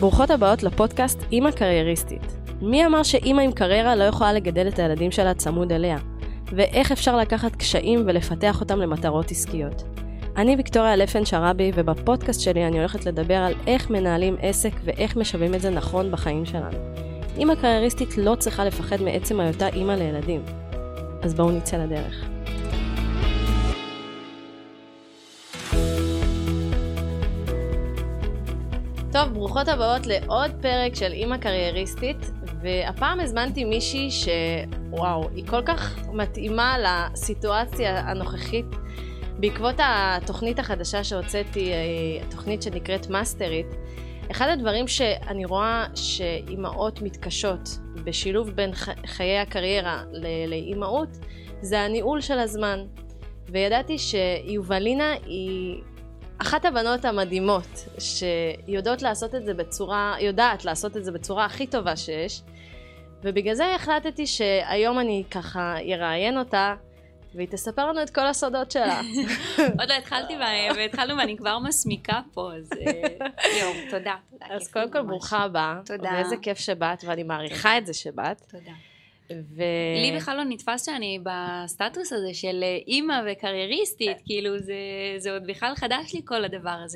ברוכות הבאות לפודקאסט אמא קרייריסטית. מי אמר שאמא עם קריירה לא יכולה לגדל את הילדים שלה צמוד אליה? ואיך אפשר לקחת קשיים ולפתח אותם למטרות עסקיות? אני ויקטוריה לפן שרבי, ובפודקאסט שלי אני הולכת לדבר על איך מנהלים עסק ואיך משווים את זה נכון בחיים שלנו. אמא קרייריסטית לא צריכה לפחד מעצם היותה אמא לילדים. אז בואו נצא לדרך. טוב, ברוכות הבאות לעוד פרק של אמא קרייריסטית, והפעם הזמנתי מישהי שוואו, היא כל כך מתאימה לסיטואציה הנוכחית. בעקבות התוכנית החדשה שהוצאתי, התוכנית שנקראת מאסטרית, אחד הדברים שאני רואה שאימהות מתקשות בשילוב בין חיי הקריירה לאימהות, זה הניהול של הזמן. וידעתי שיובלינה היא אחת הבנות המדהימות שיודעת לעשות את זה בצורה הכי טובה שיש, ובגלל זה החלטתי שהיום אני ככה אראיין אותה, והיא תספר לנו את כל הסודות שלה. עוד לא התחלתי והתחלנו ואני כבר מסמיקה פה, אז יום, תודה. אז קודם כל ברוכה הבאה. תודה. ואיזה כיף שבאת, ואני מעריכה את זה שבאת. תודה. לי בכלל לא נתפס שאני בסטטוס הזה של אימא וקרייריסטית, כאילו זה עוד בכלל חדש לי כל הדבר הזה,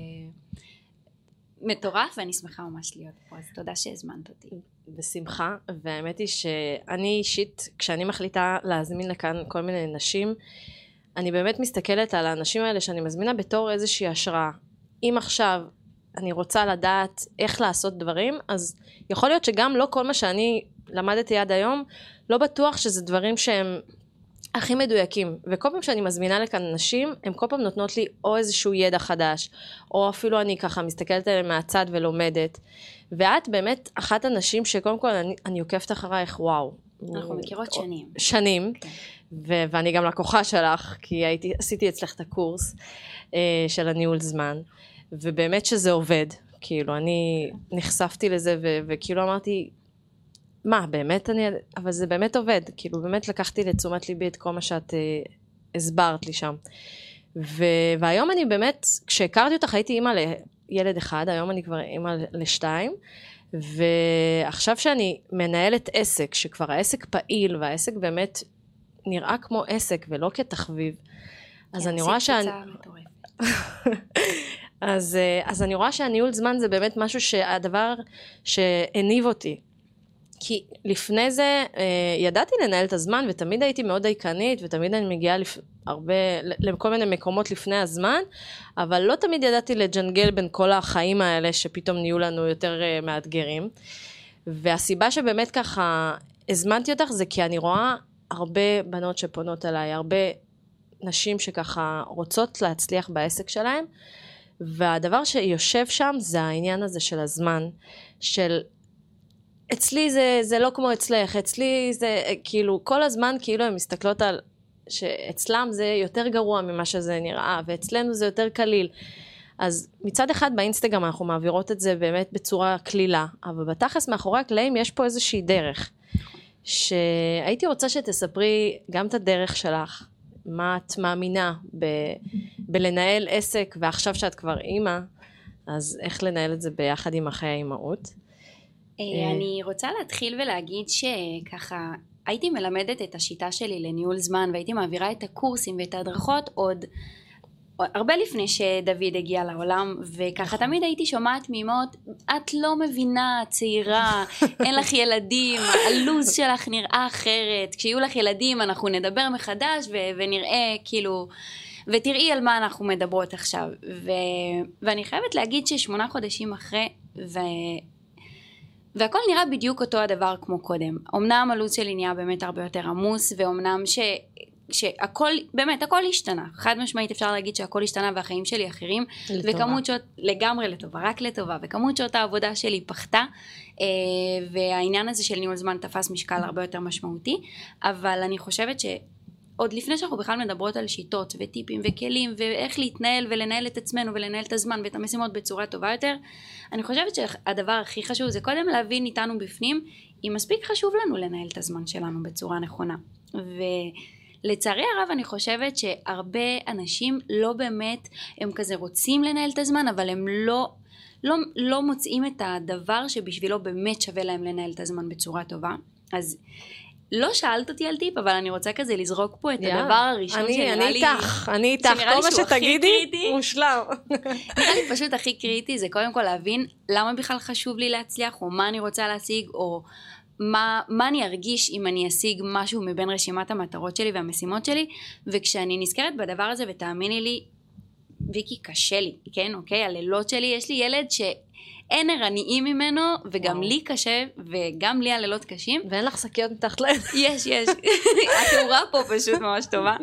ומטורף, ואני שמחה ממש להיות פה, אז תודה שהזמנת אותי. בשמחה, והאמת היא שאני אישית, כשאני מחליטה להזמין לכאן כל מיני נשים, אני באמת מסתכלת על האנשים האלה שאני מזמינה בתור איזושהי השראה. אם עכשיו אני רוצה לדעת איך לעשות דברים, אז יכול להיות שגם לא כל מה שאני למדתי עד היום, לא בטוח שזה דברים שהם הכי מדויקים. וכל פעם שאני מזמינה לכאן נשים, הן כל פעם נותנות לי או איזשהו ידע חדש, או אפילו אני ככה מסתכלת עליהם מהצד ולומדת. ואת באמת אחת הנשים שקודם כל אני עוקבת אחרייך, וואו. אנחנו מכירות שנים. שנים, כן. ואני גם לקוחה שלך, כי עשיתי אצלך את הקורס של הניהול זמן, ובאמת שזה עובד. כאילו, אני נחשפתי לזה, וכאילו אמרתי, מה, באמת אבל זה באמת עובד, כאילו באמת לקחתי לתשומת ליבי את כל מה שאת הסברת לי שם. והיום אני באמת, כשהכרתי אותך הייתי אימא לילד אחד, היום אני כבר אימא לשתיים, ועכשיו שאני מנהלת עסק, שכבר העסק פעיל, והעסק באמת נראה כמו עסק ולא כתחביב, אז אני רואה אז אני רואה שהניהול זמן זה באמת משהו שהדבר שהניב אותי. כי לפני זה ידעתי לנהל את הזמן, ותמיד הייתי מאוד דייקנית, ותמיד אני מגיעה לכל מיני מקומות לפני הזמן, אבל לא תמיד ידעתי לג'נגל בין כל החיים האלה, שפתאום נהיו לנו יותר מאתגרים. והסיבה שבאמת ככה הזמנתי אותך, זה כי אני רואה הרבה בנות שפונות אליי, הרבה נשים שככה רוצות להצליח בעסק שלהם, והדבר שיושב שם זה העניין הזה של הזמן, של אצלי זה לא כמו אצלך, אצלי זה כאילו כל הזמן כאילו הן מסתכלות על שאצלם זה יותר גרוע ממה שזה נראה, ואצלנו זה יותר קליל. אז מצד אחד באינסטגרם אנחנו מעבירות את זה באמת בצורה כלילה, אבל בתכלס מאחורי הקלעים יש פה איזושהי דרך, שהייתי רוצה שתספרי גם את הדרך שלך, מה את מאמינה בלנהל עסק, ועכשיו שאת כבר אימא, אז איך לנהל את זה ביחד עם אחרי האימהות? אני רוצה להתחיל ולהגיד שככה הייתי מלמדת את השיטה שלי לניהול זמן, והייתי מעבירה את הקורסים ואת ההדרכות עוד הרבה לפני שדוד הגיע לעולם, וככה תמיד הייתי שומעת מאמהות, את לא מבינה, צעירה, אין לך ילדים, הלוז שלך נראה אחרת, כשיהיו לך ילדים אנחנו נדבר מחדש ונראה כאילו, ותראי על מה אנחנו מדברות עכשיו. ואני חייבת להגיד ש8 חודשים אחרי, והכל נראה בדיוק אותו הדבר כמו קודם. אמנם הלו"ז שלי נהיה באמת הרבה יותר עמוס, ואומנם שהכל, באמת, הכל השתנה. חד משמעית אפשר להגיד שהכל השתנה והחיים שלי אחרים. לטובה. וכמות שעות, לגמרי לטובה, רק לטובה. וכמות שעות העבודה שלי פחתה, והעניין הזה של ניהול זמן תפס משקל הרבה יותר משמעותי. אבל אני חושבת עוד לפני שאנחנו בכלל מדברות על שיטות וטיפים וכלים ואיך להתנהל ולנהל את עצמנו ולנהל את הזמן ואת המשימות בצורה טובה יותר, אני חושבת שהדבר הכי חשוב זה קודם להבין איתנו בפנים אם מספיק חשוב לנו לנהל את הזמן שלנו בצורה נכונה. ולצערי הרב אני חושבת שהרבה אנשים לא באמת, הם כזה רוצים לנהל את הזמן, אבל הם לא מוצאים את הדבר שבשבילו באמת שווה להם לנהל את הזמן בצורה טובה. אז לא שאלת אותי על טיפ, אבל אני רוצה כזה לזרוק פה את הדבר הראשון שנראה לי... אני איתך, כל מה שתגידי, מושלם. נראה לי פשוט הכי קריטי, זה קודם כל להבין למה בכלל חשוב לי להצליח, או מה אני רוצה להשיג, או מה אני ארגיש אם אני אשיג משהו מבין רשימת המטרות שלי והמשימות שלי, וכשאני נזכרת בדבר הזה, ותאמיני לי, ויקי, קשה לי, כן, אוקיי? הלילות שלי, יש לי ילד שאין ערניים ממנו, וגם לי קשה, וגם לי הלילות קשים. ואין לך שקיות מתחת להם. יש. התאורה פה פשוט ממש טובה.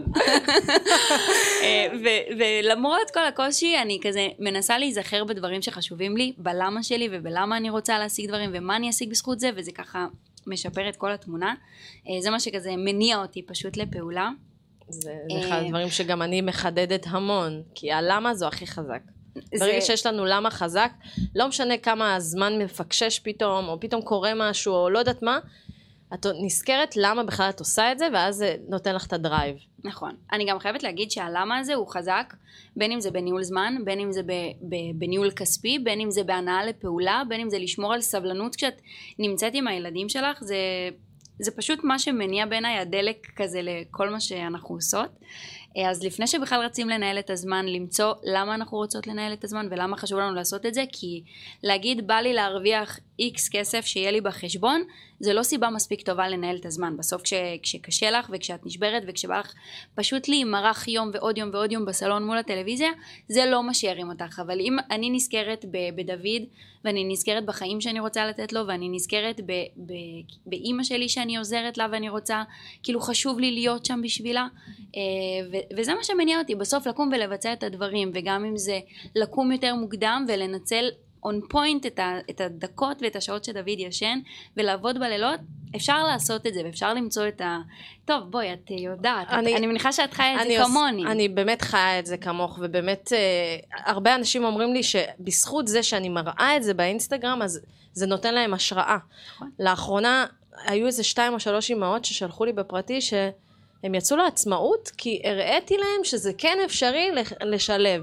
ולמרות כל הקושי, אני כזה מנסה להיזכר בדברים שחשובים לי, בלמה שלי, ובלמה אני רוצה להשיג דברים, ומה אני אשיג בזכות זה, וזה ככה משפר את כל התמונה. זה מה שכזה מניע אותי פשוט לפעולה. זה אחד הדברים שגם אני מחדדת המון, כי הלמה זו הכי חזק. ברגע שיש לנו למה חזק, לא משנה כמה הזמן מפקשש פתאום, או פתאום קורה משהו, או לא יודעת מה, את נזכרת למה בכלל את עושה את זה, ואז זה נותן לך את הדרייב. נכון. אני גם חייבת להגיד שהלמה הזה הוא חזק, בין אם זה בניהול זמן, בין אם זה בניהול כספי, בין אם זה בהנאה לפעולה, בין אם זה לשמור על סבלנות כשאת נמצאת עם הילדים שלך, זה פשוט מה שמניע בעיניי הדלק כזה לכל מה שאנחנו עושות. אז לפני שבכלל רצים לנהל את הזמן, למצוא למה אנחנו רוצות לנהל את הזמן ולמה חשוב לנו לעשות את זה, כי להגיד בא לי להרוויח X כסף שיהיה לי בחשבון, זה לא סיבה מספיק טובה לנהל את הזמן. בסוף כשקשה לך וכשאת נשברת וכשבא לך פשוט להימרח יום ועוד יום ועוד יום בסלון מול הטלוויזיה, זה לא מה שירים אותך. אבל אם אני נזכרת בדוד, ואני נזכרת בחיים שאני רוצה לתת לו, ואני נזכרת באמא שלי שאני עוזרת לה ואני רוצה, כאילו חשוב לי להיות שם בשבילה, וזה מה שמניע אותי בסוף לקום ולבצע את הדברים, וגם אם זה לקום יותר מוקדם ולנצל on point את הדקות ואת השעות שדוד ישן ולעבוד בלילות, אפשר לעשות את זה ואפשר למצוא את טוב בואי את יודעת, אני מניחה שאת חיה את זה כמוני. אני באמת חיה את זה כמוך, ובאמת הרבה אנשים אומרים לי שבזכות זה שאני מראה את זה באינסטגרם, אז זה נותן להם השראה. לאחרונה היו איזה 2 או 3 אמהות ששלחו לי בפרטי שהם יצאו לעצמאות, כי הראיתי להם שזה כן אפשרי לשלב.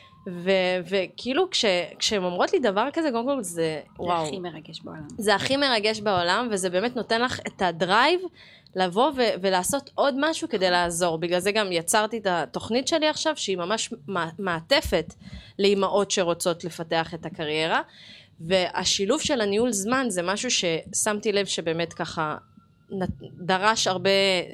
וכאילו כשהם אומרות לי דבר כזה, קודם כל זה וואו. זה הכי מרגש בעולם. זה הכי מרגש בעולם, וזה באמת נותן לך את הדרייב לבוא ולעשות עוד משהו כדי לעזור. בגלל זה גם יצרתי את התוכנית שלי עכשיו, שהיא ממש מעטפת לאמהות שרוצות לפתח את הקריירה, והשילוב של הניהול זמן זה משהו ששמתי לב שבאמת ככה דרש הרבה...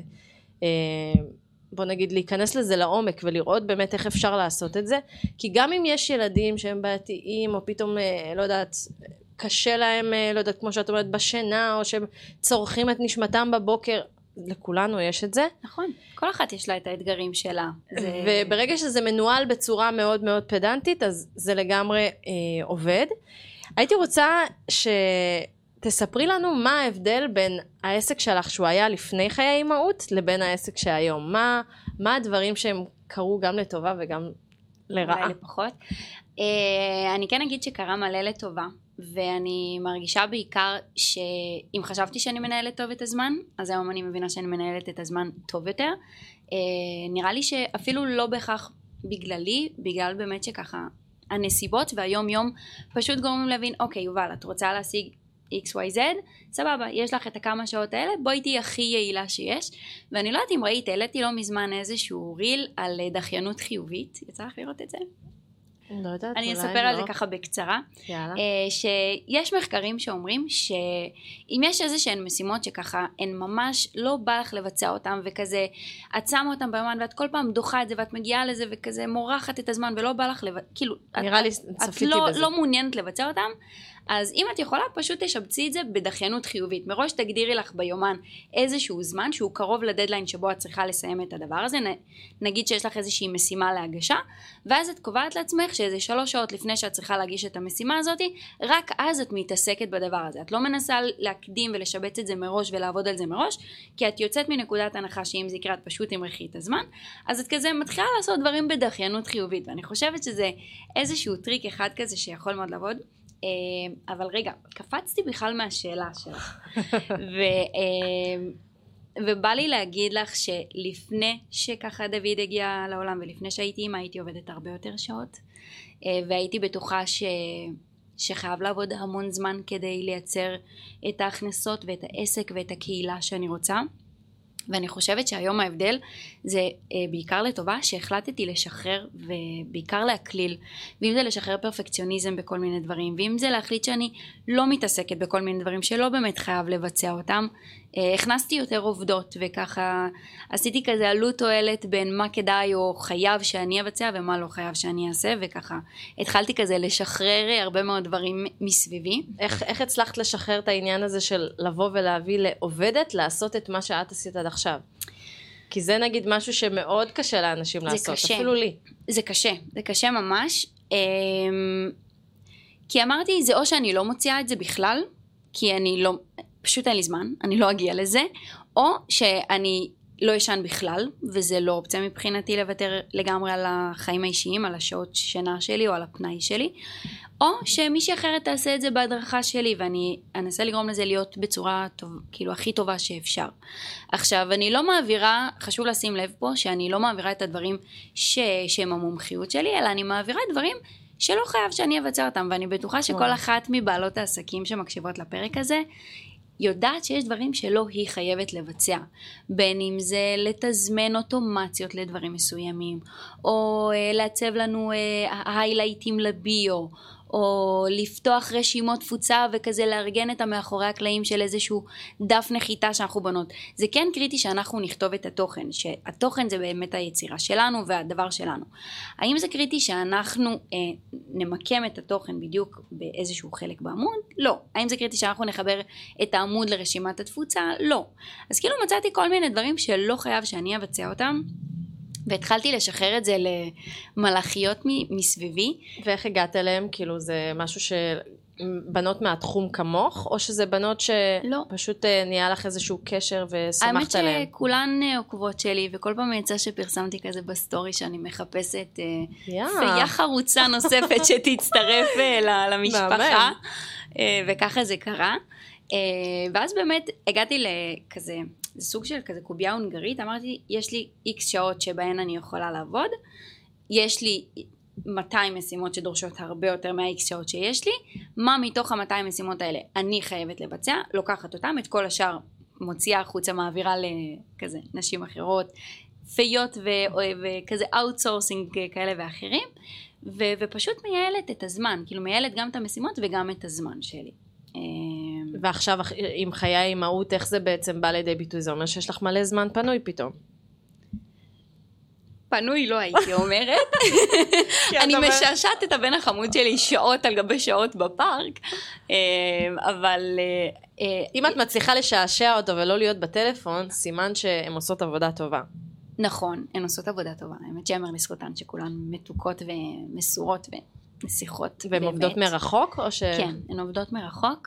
בוא נגיד להיכנס לזה לעומק ולראות באמת איך אפשר לעשות את זה, כי גם אם יש ילדים שהם בעייתיים או פתאום לא יודעת קשה להם, לא יודעת כמו שאת אומרת בשינה, או שהם צורכים את נשמתם בבוקר, לכולנו יש את זה. נכון, כל אחת יש לה את האתגרים שלה. וברגע שזה מנוהל בצורה מאוד מאוד פדנטית, אז זה לגמרי עובד. הייתי רוצה תספרי לנו מה ההבדל בין העסק שלך שהוא היה לפני חיי האימהות לבין העסק שהיום. מה הדברים שהם קרו גם לטובה וגם לרעה? אולי לפחות. אני כן אגיד שקרה מלא לטובה, ואני מרגישה בעיקר שאם חשבתי שאני מנהלת טוב את הזמן, אז היום אני מבינה שאני מנהלת את הזמן טוב יותר. נראה לי שאפילו לא בהכרח בגללי, בגלל באמת שככה הנסיבות והיום יום פשוט גורמים להבין, אוקיי יובל, את רוצה להשיג XYZ, סבבה, יש לך את הכמה שעות האלה, בואי תהי הכי יעילה שיש. ואני לא יודעת אם ראית, העליתי לא מזמן איזשהו ריל על דחיינות חיובית, יצא לך לראות את זה? לא יודעת, אני אספר על זה ככה בקצרה. שיש מחקרים שאומרים שאם יש איזה שהן משימות שככה הן ממש לא בא לך לבצע אותן, וכזה את שמה אותן ביומן ואת כל פעם דוחה את זה ואת מגיעה לזה וכזה מורחת את הזמן ולא בא לך כאילו את לא מעוניינת לבצע אותן, אז אם את יכולה פשוט תשבצי את זה בדחיינות חיובית. מראש תגדירי לך ביומן איזשהו זמן שהוא קרוב לדדליין שבו את צריכה לסיים את הדבר הזה. נגיד שיש לך איזושהי משימה להגשה, ואז את קובעת לעצמך שאיזה 3 שעות לפני שאת צריכה להגיש את המשימה הזאת, רק אז את מתעסקת בדבר הזה. את לא מנסה להקדים ולשבץ את זה מראש ולעבוד על זה מראש, כי את יוצאת מנקודת הנחה שאם זה יקרה את פשוט תמרחי את הזמן. אז את כזה מתחילה לעשות דברים בדחיינות חיובית, ואני חושבת שזה איזשהו טריק אחד כזה שיכול מאוד לעבוד. אבל רגע, קפצתי בכלל מהשאלה שלך. ובא לי להגיד לך שלפני שככה דוד הגיע לעולם ולפני שהייתי אמא, הייתי עובדת הרבה יותר שעות, והייתי בטוחה שחייב לעבוד המון זמן כדי לייצר את ההכנסות ואת העסק ואת הקהילה שאני רוצה. ואני חושבת שהיום ההבדל זה בעיקר לטובה שהחלטתי לשחרר ובעיקר להקליל, ואם זה לשחרר פרפקציוניזם בכל מיני דברים, ואם זה להחליט שאני לא מתעסקת בכל מיני דברים שלא באמת חייב לבצע אותם, הכנסתי יותר עובדות וככה עשיתי כזה עלות תועלת בין מה כדאי או חייב שאני אבצע ומה לא חייב שאני אעשה, וככה התחלתי כזה לשחרר הרבה מאוד דברים מסביבי. איך הצלחת לשחרר את העניין הזה של לבוא ולהביא לעובדת לעשות את מה שאת עשית עד עכשיו? כי זה נגיד משהו שמאוד קשה לאנשים לעשות, קשה. אפילו לי. זה קשה ממש, כי אמרתי זה או שאני לא מוציאה את זה בכלל, כי אני לא, פשוט אין לי זמן, אני לא אגיע לזה, או שאני לא ישן בכלל, וזה לא אופציה מבחינתי לוותר לגמרי על החיים האישיים, על השעות שינה שלי או על הפנאי שלי, או שמישהי אחרת תעשה את זה בהדרכה שלי, ואני אנסה לגרום לזה להיות בצורה טוב, כאילו הכי טובה שאפשר. עכשיו, אני לא מעבירה, חשוב לשים לב פה, שאני לא מעבירה את הדברים שהם המומחיות שלי, אלא אני מעבירה את דברים שלא חייב שאני אבצע אותם, ואני בטוחה שכל אחת מבעלות העסקים שמקשיבות לפרק הזה, יודעת שיש דברים שלא היא חייבת לבצע, בין אם זה לתזמן אוטומציות לדברים מסוימים, או לעצב לנו היילייטים לביו, או לפתוח רשימות תפוצה וכזה לארגן את המאחורי הקלעים של איזשהו דף נחיתה שאנחנו בנות. זה כן קריטי שאנחנו נכתוב את התוכן, שהתוכן זה באמת היצירה שלנו והדבר שלנו. האם זה קריטי שאנחנו נמקם את התוכן בדיוק באיזשהו חלק בעמוד? לא. האם זה קריטי שאנחנו נחבר את העמוד לרשימת התפוצה? לא. אז כאילו מצאתי כל מיני דברים שלא חייב שאני אבצע אותם, והתחלתי לשחרר את זה למלאכיות מסביבי. ואיך הגעת אליהם? כאילו זה משהו שבנות מהתחום כמוך, או שזה בנות שפשוט נהיה לך איזשהו קשר ושמחת עליהם? האמת שכולן עוקבות שלי, וכל פעם יצא שפרסמתי כזה בסטורי שאני מחפשת פייה חרוצה נוספת שתצטרף למשפחה, וככה זה קרה. ואז באמת הגעתי לכזה, זה סוג של כזה קוביה הונגרית, אמרתי, יש לי איקס שעות שבהן אני יכולה לעבוד, יש לי 200 משימות שדורשות הרבה יותר מהאיקס שעות שיש לי, מה מתוך ה-200 משימות האלה אני חייבת לבצע, לוקחת אותם, את כל השאר מוציאה החוצה, מעבירה לכזה נשים אחרות, פיות וכזה אאוטסורסינג כאלה ואחרים, ופשוט מייעלת את הזמן, כאילו מייעלת גם את המשימות וגם את הזמן שלי. ועכשיו עם חיי האימהות, איך זה בעצם בא לידי ביטוי? זה אומר שיש לך מלא זמן פנוי פתאום. פנוי לא הייתי אומרת. אני משעשעת את הבן החמוד שלי שעות על גבי שעות בפארק, אבל אם את מצליחה לשעשע אותו ולא להיות בטלפון, סימן שהן עושות עבודה טובה. נכון, הן עושות עבודה טובה. האמת שיאמר לזכותן שכולן מתוקות ומסורות ונסיכות. והן עובדות מרחוק? או כן, הן עובדות מרחוק.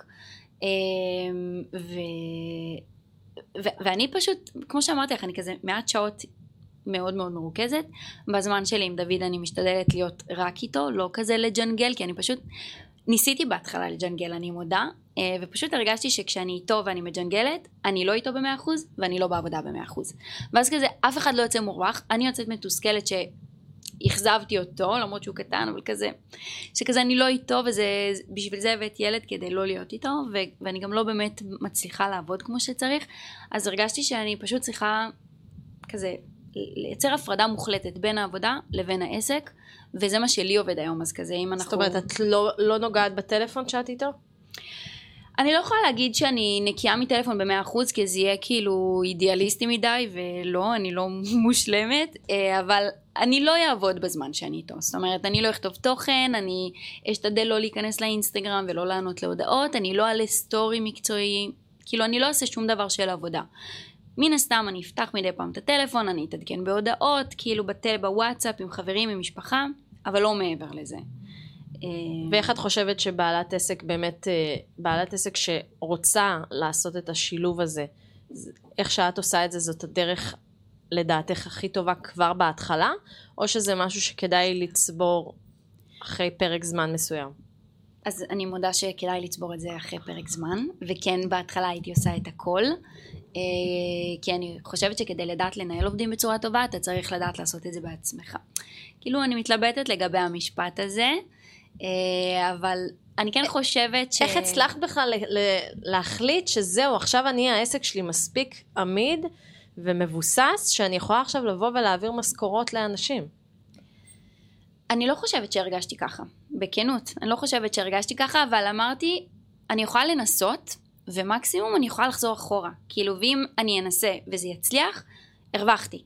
ואני פשוט, כמו שאמרתי לך, אני כזה מעט שעות מאוד מאוד מרוכזת. בזמן שלי עם דוד אני משתדלת להיות רק איתו, לא כזה לג'נגל, כי אני פשוט ניסיתי בהתחלה לג'נגל, אני מודה, ופשוט הרגשתי שכשאני איתו ואני מג'נגלת, אני לא איתו ב100% ואני לא בעבודה ב100%. ואז כזה אף אחד לא יוצא מורווח, אני יוצאת מתוסכלת שהחזבתי אותו, למרות שהוא קטן, אבל כזה, שכזה אני לא איתו, ובשביל זה הבאת ילד כדי לא להיות איתו, ואני גם לא באמת מצליחה לעבוד כמו שצריך, אז הרגשתי שאני פשוט צריכה כזה לייצר הפרדה מוחלטת בין העבודה לבין העסק, וזה מה שלי עובד היום, אז כזה אם אנחנו... זאת אומרת, את לא נוגעת בטלפון שאת איתו? אני לא יכולה להגיד שאני נקייה מטלפון ב100%, כי זה יהיה כאילו אידיאליסטי מדי, ולא, אני לא מושלמת, אבל אני לא אעבוד בזמן שאני איתו. זאת אומרת, אני לא אכתוב תוכן, אני אשתדל לא להיכנס לאינסטגרם ולא לענות להודעות, אני לא אעלה סטורי מקצועי, כאילו אני לא אעשה שום דבר של עבודה. מן הסתם אני אפתח מדי פעם את הטלפון, אני אתעדכן בהודעות, כאילו בוואטסאפ עם חברים, עם משפחה, אבל לא מעבר לזה. ואיך את חושבת שבעלת עסק באמת, בעלת עסק שרוצה לעשות את השילוב הזה, איך שאת עושה את זה, זאת הדרך לדעתך הכי טובה כבר בהתחלה, או שזה משהו שכדאי לצבור אחרי פרק זמן מסוים? אז אני מודה שכדאי לצבור את זה אחרי פרק זמן, וכן בהתחלה הייתי עושה את הכל, כי אני חושבת שכדי לדעת לנהל עובדים בצורה טובה, אתה צריך לדעת לעשות את זה בעצמך. כאילו אני מתלבטת לגבי המשפט הזה, אבל אני כן חושבת איך הצלחת בכלל להחליט שזהו, עכשיו העסק שלי מספיק עמיד ומבוסס, שאני יכולה עכשיו לבוא ולהעביר משכורות לאנשים? אני לא חושבת שהרגשתי ככה, בכנות. אני לא חושבת שהרגשתי ככה, אבל אמרתי, אני יכולה לנסות, ומקסימום אני יכולה לחזור אחורה. כאילו, ואם אני אנסה וזה יצליח, הרווחתי.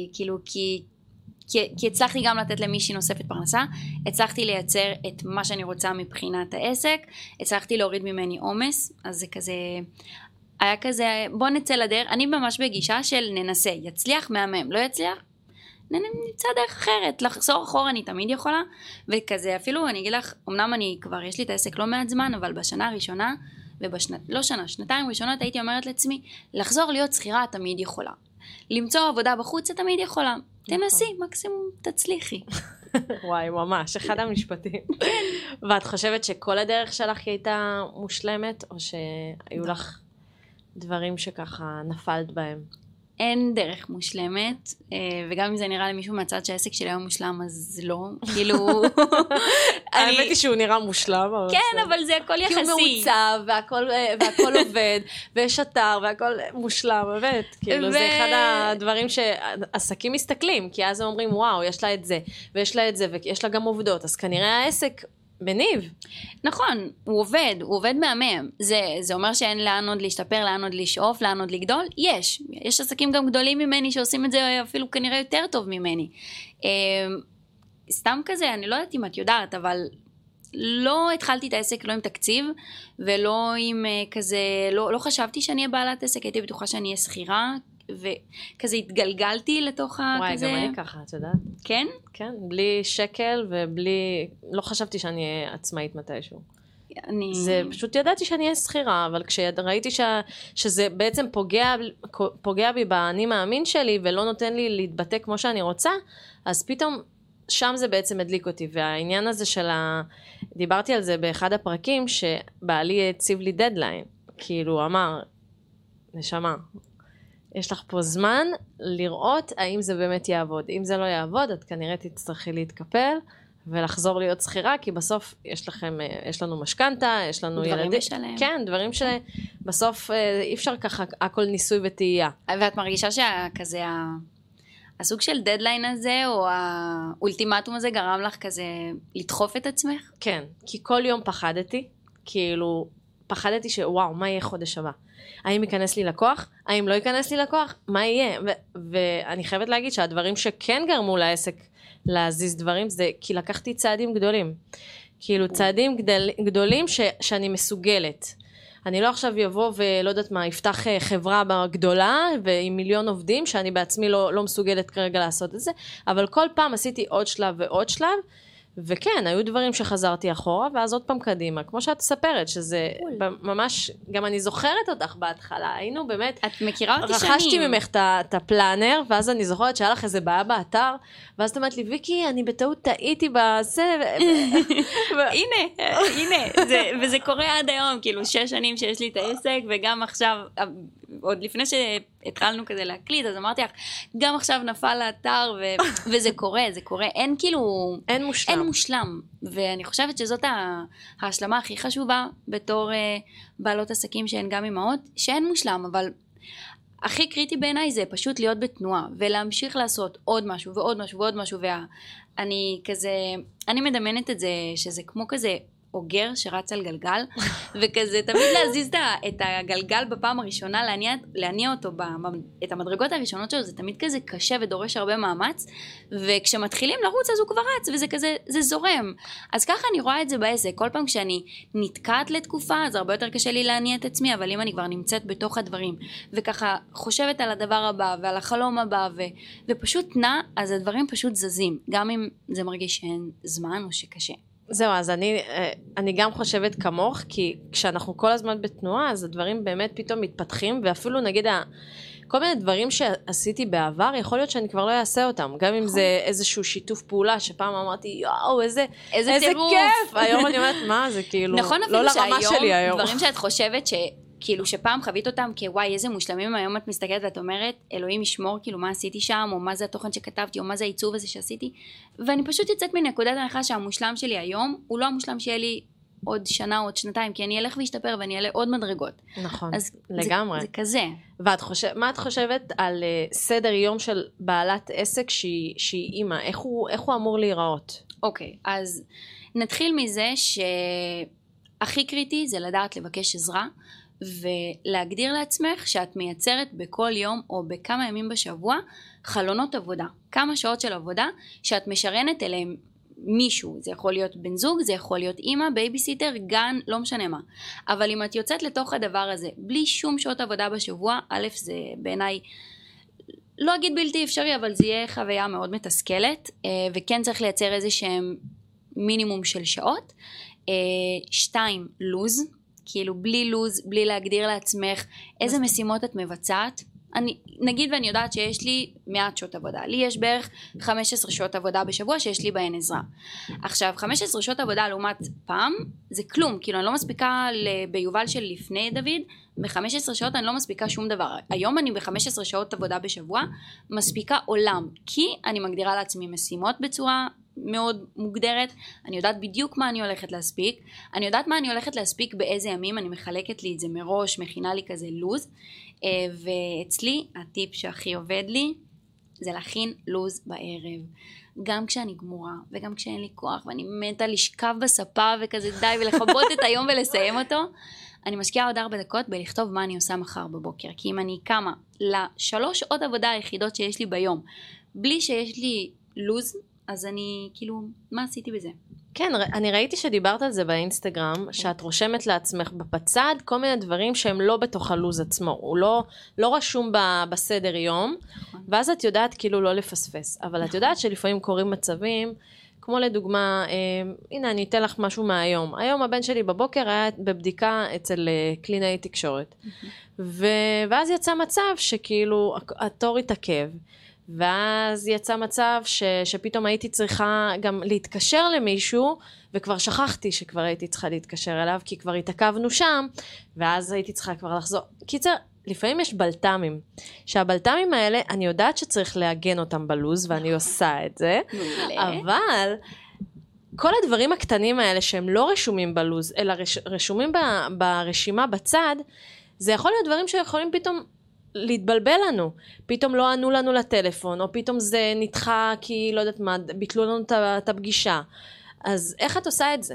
כי הצלחתי גם לתת למישהי נוספת פרנסה, הצלחתי לייצר את מה שאני רוצה מבחינת העסק, הצלחתי להוריד ממני עומס, אז זה כזה, היה כזה, בוא נצא לדרך, אני ממש בגישה של ננסה, יצליח מהמם, לא יצליח, נמצא דרך אחרת, לחזור אחורה אני תמיד יכולה, וכזה אפילו אני אגיד לך, אמנם אני כבר יש לי את העסק לא מעט זמן, אבל בשנה הראשונה, שנתיים ראשונות הייתי אומרת לעצמי, לחזור להיות שכירה תמיד יכולה. למצוא עבודה בחוץ תמיד יכולה. תנסי, מקסימום תצליחי. וואי, ממש, אחד המשפטים. ואת חושבת שכל הדרך שלך היא הייתה מושלמת, או שהיו לך דברים שככה נפלת בהם? אין דרך מושלמת, וגם אם זה נראה למישהו מהצד שהעסק שלי היום מושלם, אז לא, כאילו... האמת היא שהוא נראה מושלם. כן, אבל זה הכל יחסי. כי הוא מעוצב, והכל עובד, ויש אתר, והכל מושלם, באמת. כאילו, זה אחד הדברים שעסקים מסתכלים, כי אז הם אומרים, וואו, יש לה את זה, ויש לה את זה, ויש לה גם עובדות, אז כנראה העסק... מניב. נכון, הוא עובד מהמם. זה אומר שאין לאן עוד להשתפר, לאן עוד לשאוף, לאן עוד לגדול? יש עסקים גם גדולים ממני שעושים את זה אפילו כנראה יותר טוב ממני. סתם כזה, אני לא יודעת אם את יודעת, אבל לא התחלתי את העסק לא עם תקציב, ולא עם כזה, לא חשבתי שאני אהיה בעלת עסק, הייתי בטוחה שאני אהיה שכירה, וכזה התגלגלתי לתוך וואי, כזה... וואי, גם אני ככה, את יודעת? כן? כן, בלי שקל ובלי... לא חשבתי שאני אהיה עצמאית מתישהו. זה פשוט ידעתי שאני אהיה שכירה, אבל כשראיתי שזה בעצם פוגע בי באני מאמין שלי, ולא נותן לי להתבטא כמו שאני רוצה, אז פתאום שם זה בעצם הדליק אותי, והעניין הזה דיברתי על זה באחד הפרקים, שבעלי הציב לי דדליין, כאילו אמר, נשמה, יש לך פה זמן לראות האם זה באמת יעבוד. אם זה לא יעבוד, את כנראה תצטרכי להתקפל ולחזור להיות שכירה, כי בסוף יש לנו משכנתה, יש לנו ילדים. כן, דברים שבסוף אי אפשר ככה, הכל ניסוי וטעייה. ואת מרגישה שכזה הסוג של דדליין הזה, או האולטימטום הזה גרם לך כזה לדחוף את עצמך? כן, כי כל יום פחדתי, כאילו פחדתי שוואו, מה יהיה חודש הבא? האם ייכנס לי לקוח? האם לא ייכנס לי לקוח? מה יהיה? ואני חייבת להגיד שהדברים שכן גרמו לעסק להזיז דברים, זה כי לקחתי צעדים גדולים. כאילו צעדים גדולים שאני מסוגלת. אני לא עכשיו יבוא ולא יודעת מה, יפתח חברה גדולה ועם מיליון עובדים, שאני בעצמי לא מסוגלת כרגע לעשות את זה, אבל כל פעם עשיתי עוד שלב ועוד שלב, וכן, היו דברים שחזרתי אחורה, ואז עוד פעם קדימה, כמו שאת מספרת, שזה ממש, גם אני זוכרת אותך בהתחלה, היינו באמת, את מכירה אותי שנים. רכשתי ממך את הפלנר, ואז אני זוכרת שהיה לך איזה בעיה באתר, ואז את אומרת לי, ויקי, אני בטעות טעיתי בזה, הנה, וזה קורה עד היום, כאילו 6 שנים שיש לי את העסק, וגם עכשיו, עוד לפני שהתחלנו כזה להקליט, אז אמרתי לך, גם עכשיו נפל האתר, וזה קורה, אין כאילו... אין מושלם, ואני חושבת שזאת ההשלמה הכי חשובה, בתור בעלות עסקים שהן גם אימהות, שאין מושלם, אבל הכי קריטי בעיניי זה פשוט להיות בתנועה, ולהמשיך לעשות עוד משהו, ועוד משהו, ועוד משהו, ואני כזה, אני מדמיינת את זה, שזה כמו כזה... אוגר שרץ על גלגל, וכזה תמיד להזיז את הגלגל בפעם הראשונה, להניע אותו, את המדרגות הראשונות שלו, זה תמיד כזה קשה ודורש הרבה מאמץ, וכשמתחילים לרוץ אז הוא כבר רץ, וזה כזה, זה זורם. אז ככה אני רואה את זה בעסק, כל פעם כשאני נתקעת לתקופה, אז הרבה יותר קשה לי להניע את עצמי, אבל אם אני כבר נמצאת בתוך הדברים, וככה חושבת על הדבר הבא, ועל החלום הבא, ופשוט נע, אז הדברים פשוט זזים, גם אם זה מרגיש שאין זמן או שקשה. זהו, אז אני גם חושבת כמוך, כי כשאנחנו כל הזמן בתנועה, אז הדברים באמת פתאום מתפתחים, ואפילו נגיד, כל מיני דברים שעשיתי בעבר, יכול להיות שאני כבר לא אעשה אותם, גם אם זה איזשהו שיתוף פעולה, שפעם אמרתי, יואו, איזה כיף, היום אני אומרת, מה, זה כאילו, לא לרמה שלי היום. דברים שאת חושבת כאילו שפעם חווית אותם כוואי איזה מושלמים, היום את מסתכלת ואת אומרת אלוהים ישמור כאילו מה עשיתי שם, או מה זה התוכן שכתבתי, או מה זה העיצוב הזה שעשיתי, ואני פשוט יוצאת מנקודת הנחה שהמושלם שלי היום הוא לא המושלם שיהיה לי עוד שנה, עוד שנתיים, כי אני אלך ואשתפר ואני אעלה עוד מדרגות. נכון, אז לגמרי. זה כזה. מה את חושבת על סדר יום של בעלת עסק שהיא אימא? איך הוא אמור להיראות? אוקיי, אז נתחיל מזה שהכי קריטי זה לדעת לבקש עזרה, ולהגדיר לעצמך שאת מייצרת בכל יום או בכמה ימים בשבוע חלונות עבודה. כמה שעות של עבודה שאת משרנת אליהם מישהו. זה יכול להיות בן זוג, זה יכול להיות אמא, בייביסיטר, גן, לא משנה מה. אבל אם את יוצאת לתוך הדבר הזה בלי שום שעות עבודה בשבוע, א', זה בעיניי לא אגיד בלתי אפשרי, אבל זה יהיה חוויה מאוד מתסכלת, וכן צריך לייצר איזה שהם מינימום של שעות. 2, לוז, כאילו בלי לוז, בלי להגדיר לעצמך איזה משימות את מבצעת. נגיד ואני יודעת שיש לי מעט שעות עבודה, לי יש בערך 15 שעות עבודה בשבוע שיש לי בהן עזרה. עכשיו 15 שעות עבודה לעומת פעם זה כלום, כאילו אני לא מספיקה ביובל של לפני דוד, ב-15 שעות אני לא מספיקה שום דבר. היום אני ב-15 שעות עבודה בשבוע מספיקה עולם, כי אני מגדירה לעצמי משימות בצורה מאוד מוגדרת, אני יודעת בדיוק מה אני הולכת להספיק, אני יודעת מה אני הולכת להספיק באיזה ימים, אני מחלקת לי את זה מראש, מכינה לי כזה לוז, ואצלי הטיפ שהכי עובד לי זה להכין לוז בערב, גם כשאני גמורה וגם כשאין לי כוח ואני מתה לשכב בספה וכזה די ולכבות את היום ולסיים אותו, אני משקיעה עוד 4 דקות בלכתוב מה אני עושה מחר בבוקר, כי אם אני קמה ל3 שעות עבודה היחידות שיש לי ביום בלי שיש לי לוז, אז אני כאילו, מה עשיתי בזה? כן, אני ראיתי שדיברת על זה באינסטגרם, שאת רושמת לעצמך בפצד כל מיני דברים שהם לא בתוך הלוז עצמו, הוא לא רשום בסדר יום, ואז את יודעת כאילו לא לפספס, אבל את יודעת שלפעמים קורים מצבים, כמו לדוגמה, הנה אני אתן לך משהו מהיום, היום הבן שלי בבוקר היה בבדיקה אצל קלינאי תקשורת, ואז יצא מצב שכאילו התור התעכב, ואז יצא מצב שפתאום הייתי צריכה גם להתקשר למישהו, וכבר שכחתי שכבר הייתי צריכה להתקשר אליו, כי כבר התעכבנו שם, ואז הייתי צריכה כבר לחזור. קיצר, לפעמים יש בלת"מים, שהבלת"מים האלה, אני יודעת שצריך להגן אותם בלוז, ואני עושה את זה, אבל כל הדברים הקטנים האלה שהם לא רשומים בלוז, אלא רשומים ברשימה בצד, זה יכול להיות דברים שיכולים פתאום להתבלבל לנו, פתאום לא ענו לנו לטלפון, או פתאום זה נדחה כי לא יודעת מה, ביטלו לנו את הפגישה. אז איך את עושה את זה?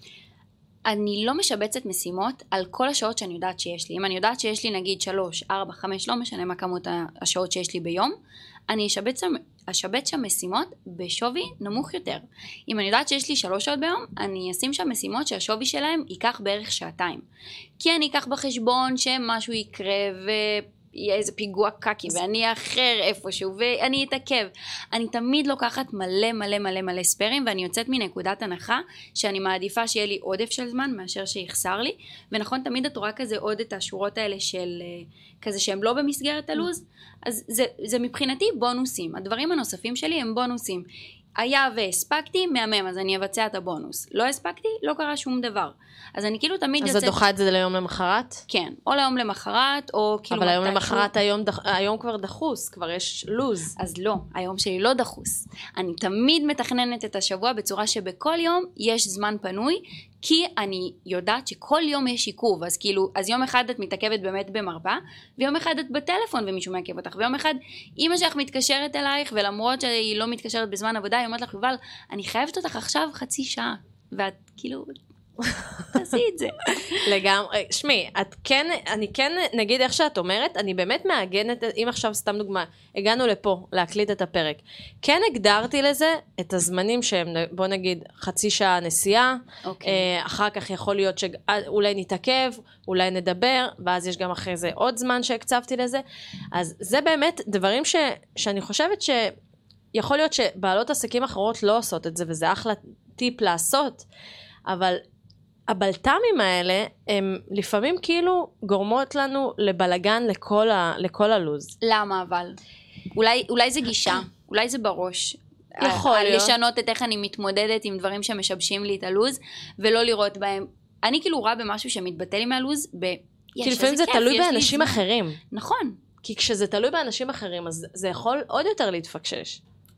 אני לא משבצת משימות על כל השעות שאני יודעת שיש לי. אם אני יודעת שיש לי נגיד 3, 4, 5, לא משנה מה כמות השעות שיש לי ביום, אני אשבץ שם משימות בשווי נמוך יותר. אם אני יודעת שיש לי 3 שעות ביום, אני אשים שם משימות שהשווי שלהם ייקח בערך 2 שעות. כי אני אקח בחשבון שמשהו יקרה יהיה איזה פיגוע קקי, ואני אחר איפשהו, ואני אתעכב. אני תמיד לוקחת מלא מלא מלא מלא ספרים, ואני יוצאת מנקודת הנחה, שאני מעדיפה שיהיה לי עודף של זמן, מאשר שיחסר לי, ונכון, תמיד את רואה כזה עוד את השורות האלה של, כזה שהם לא במסגרת הלוז, אז זה מבחינתי בונוסים. הדברים הנוספים שלי הם בונוסים. היה והספקתי, מהמם, אז אני אבצע את הבונוס. לא הספקתי, לא קרה שום דבר. אז אני כאילו תמיד יוצאת... אז את דוחה את זה ליום למחרת? כן, או ליום למחרת, או כאילו... אבל היום למחרת, היום כבר דחוס, כבר יש לוז. אז לא, היום שלי לא דחוס. אני תמיד מתכננת את השבוע בצורה שבכל יום יש זמן פנוי, כי אני יודעת שכל יום יש עיכוב, אז כאילו, אז יום אחד את מתעכבת באמת במרפאה, ויום אחד את בטלפון ומישהו מעכב אותך, ויום אחד אמא שלך מתקשרת אלייך, ולמרות שהיא לא מתקשרת בזמן עבודה, היא אומרת לך, יובל, אני חייבת אותך עכשיו 0.5 שעה, ואת כאילו... תעשי את זה. לגמרי, שמי, אני כן, נגיד איך שאת אומרת, אני באמת מאגנת, אם עכשיו סתם דוגמה, הגענו לפה להקליט את הפרק, כן הגדרתי לזה את הזמנים שהם, בוא נגיד, 0.5 שעה נסיעה, אחר כך יכול להיות שאולי נתעכב, אולי נדבר, ואז יש גם אחרי זה עוד זמן שהקצבתי לזה, אז זה באמת דברים שאני חושבת שיכול להיות שבעלות עסקים אחרות לא עושות את זה, וזה אחלה טיפ לעשות, אבל הבלת"מים האלה, הם לפעמים כאילו גורמות לנו לבלגן לכל הלוז. למה אבל? אולי זה גישה, אולי זה בראש. יכול להיות. לשנות את איך אני מתמודדת עם דברים שמשבשים לי את הלוז, ולא לראות בהם. אני כאילו רואה במשהו שמתבטל לי מהלוז, כי לפעמים זה תלוי באנשים אחרים. נכון. כי כשזה תלוי באנשים אחרים, אז זה יכול עוד יותר להתפקשש.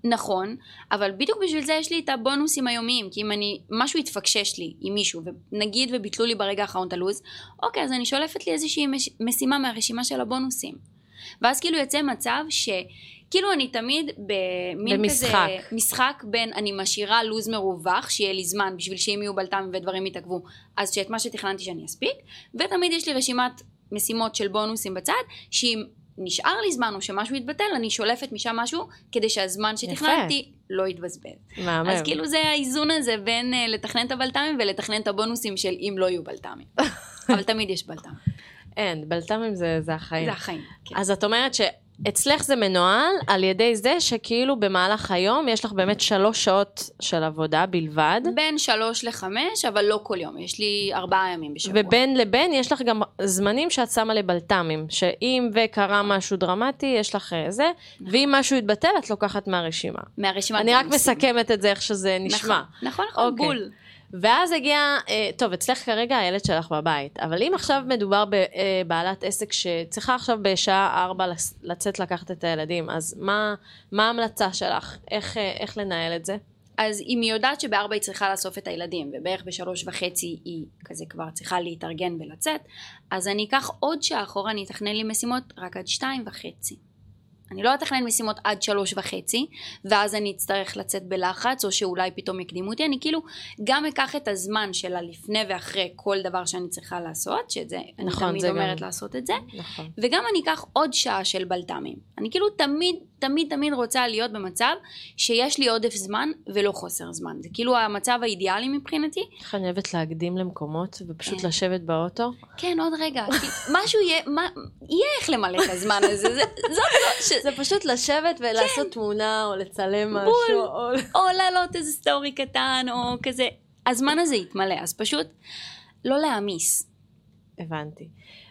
נכון, אבל בדיוק בשביל זה יש לי את הבונוסים היומיים, כי אם משהו יתפקשש לי עם מישהו, ונגיד וביטלו לי ברגע האחרון את הלוז, אוקיי, אז אני שולפת לי איזושהי משימה מהרשימה של הבונוסים. ואז כאילו יוצא מצב כאילו אני תמיד במין כזה משחק בין אני משאירה לוז מרווח, שיהיה לי זמן בשביל שאם יהיו בלת"מים ודברים יתעכבו, אז שאת מה שתכננתי שאני אספיק, ותמיד יש לי רשימת משימות של בונוסים בצד, שאם נשאר לי זמן או שמשהו יתבטל, אני שולפת משם משהו, כדי שהזמן שתכננתי לא יתבזבז. מאמר. אז כאילו זה האיזון הזה בין לתכנן את הבלת"מים ולתכנן את הבונוסים של אם לא יהיו בלת"מים. אבל תמיד יש בלת"מים. אין, בלת"מים זה החיים. זה החיים, כן. אז את אומרת שאצלך זה מנוהל על ידי זה שכאילו במהלך היום יש לך באמת 3 שעות של עבודה בלבד. בין 3 ל-5, אבל לא כל יום. יש לי 4 ימים בשבוע. ובין לבין יש לך גם זמנים שאת שמה לבלת"מים, שאם וקרה משהו דרמטי, יש לך זה, ואם משהו יתבטל, את לוקחת מהרשימה. מהרשימה. אני רק מסכמת את זה איך שזה נשמע. נכון, בול. ואז הגיע, טוב, אצלך כרגע הילד שלך בבית, אבל אם עכשיו מדובר בבעלת עסק שצריכה עכשיו בשעה 4 לצאת לקחת את הילדים, אז מה ההמלצה שלך? איך לנהל את זה? אז אם היא יודעת שב4 היא צריכה לאסוף את הילדים, ובערך ב3:30 היא כזה כבר צריכה להתארגן ולצאת, אז אני אקח עוד שעה אחורה, אני אתכנן לי משימות רק עד 2:30. אני לא אתכנן משימות עד 3:30, ואז אני אצטרך לצאת בלחץ, או שאולי פתאום יקדימו אותי, אני כאילו גם אקח את הזמן שלה לפני ואחרי כל דבר שאני צריכה לעשות, שזה, נכון, אני תמיד אומרת גם לעשות את זה, נכון. וגם אני אקח עוד שעה של בלת"מים. אני כאילו תמיד רוצה להיות במצב שיש לי עודף זמן ולא חוסר זמן. זה כאילו המצב האידיאלי מבחינתי. איך אני אוהבת להקדים למקומות ופשוט לשבת באוטו? כן, עוד רגע. משהו יהיה איך למלא את הזמן הזה. זה פשוט לשבת ולעשות תמונה או לצלם משהו. או לעלות איזה סטורי קטן או כזה. הזמן הזה יתמלא, אז פשוט לא להעמיס. הבנתי.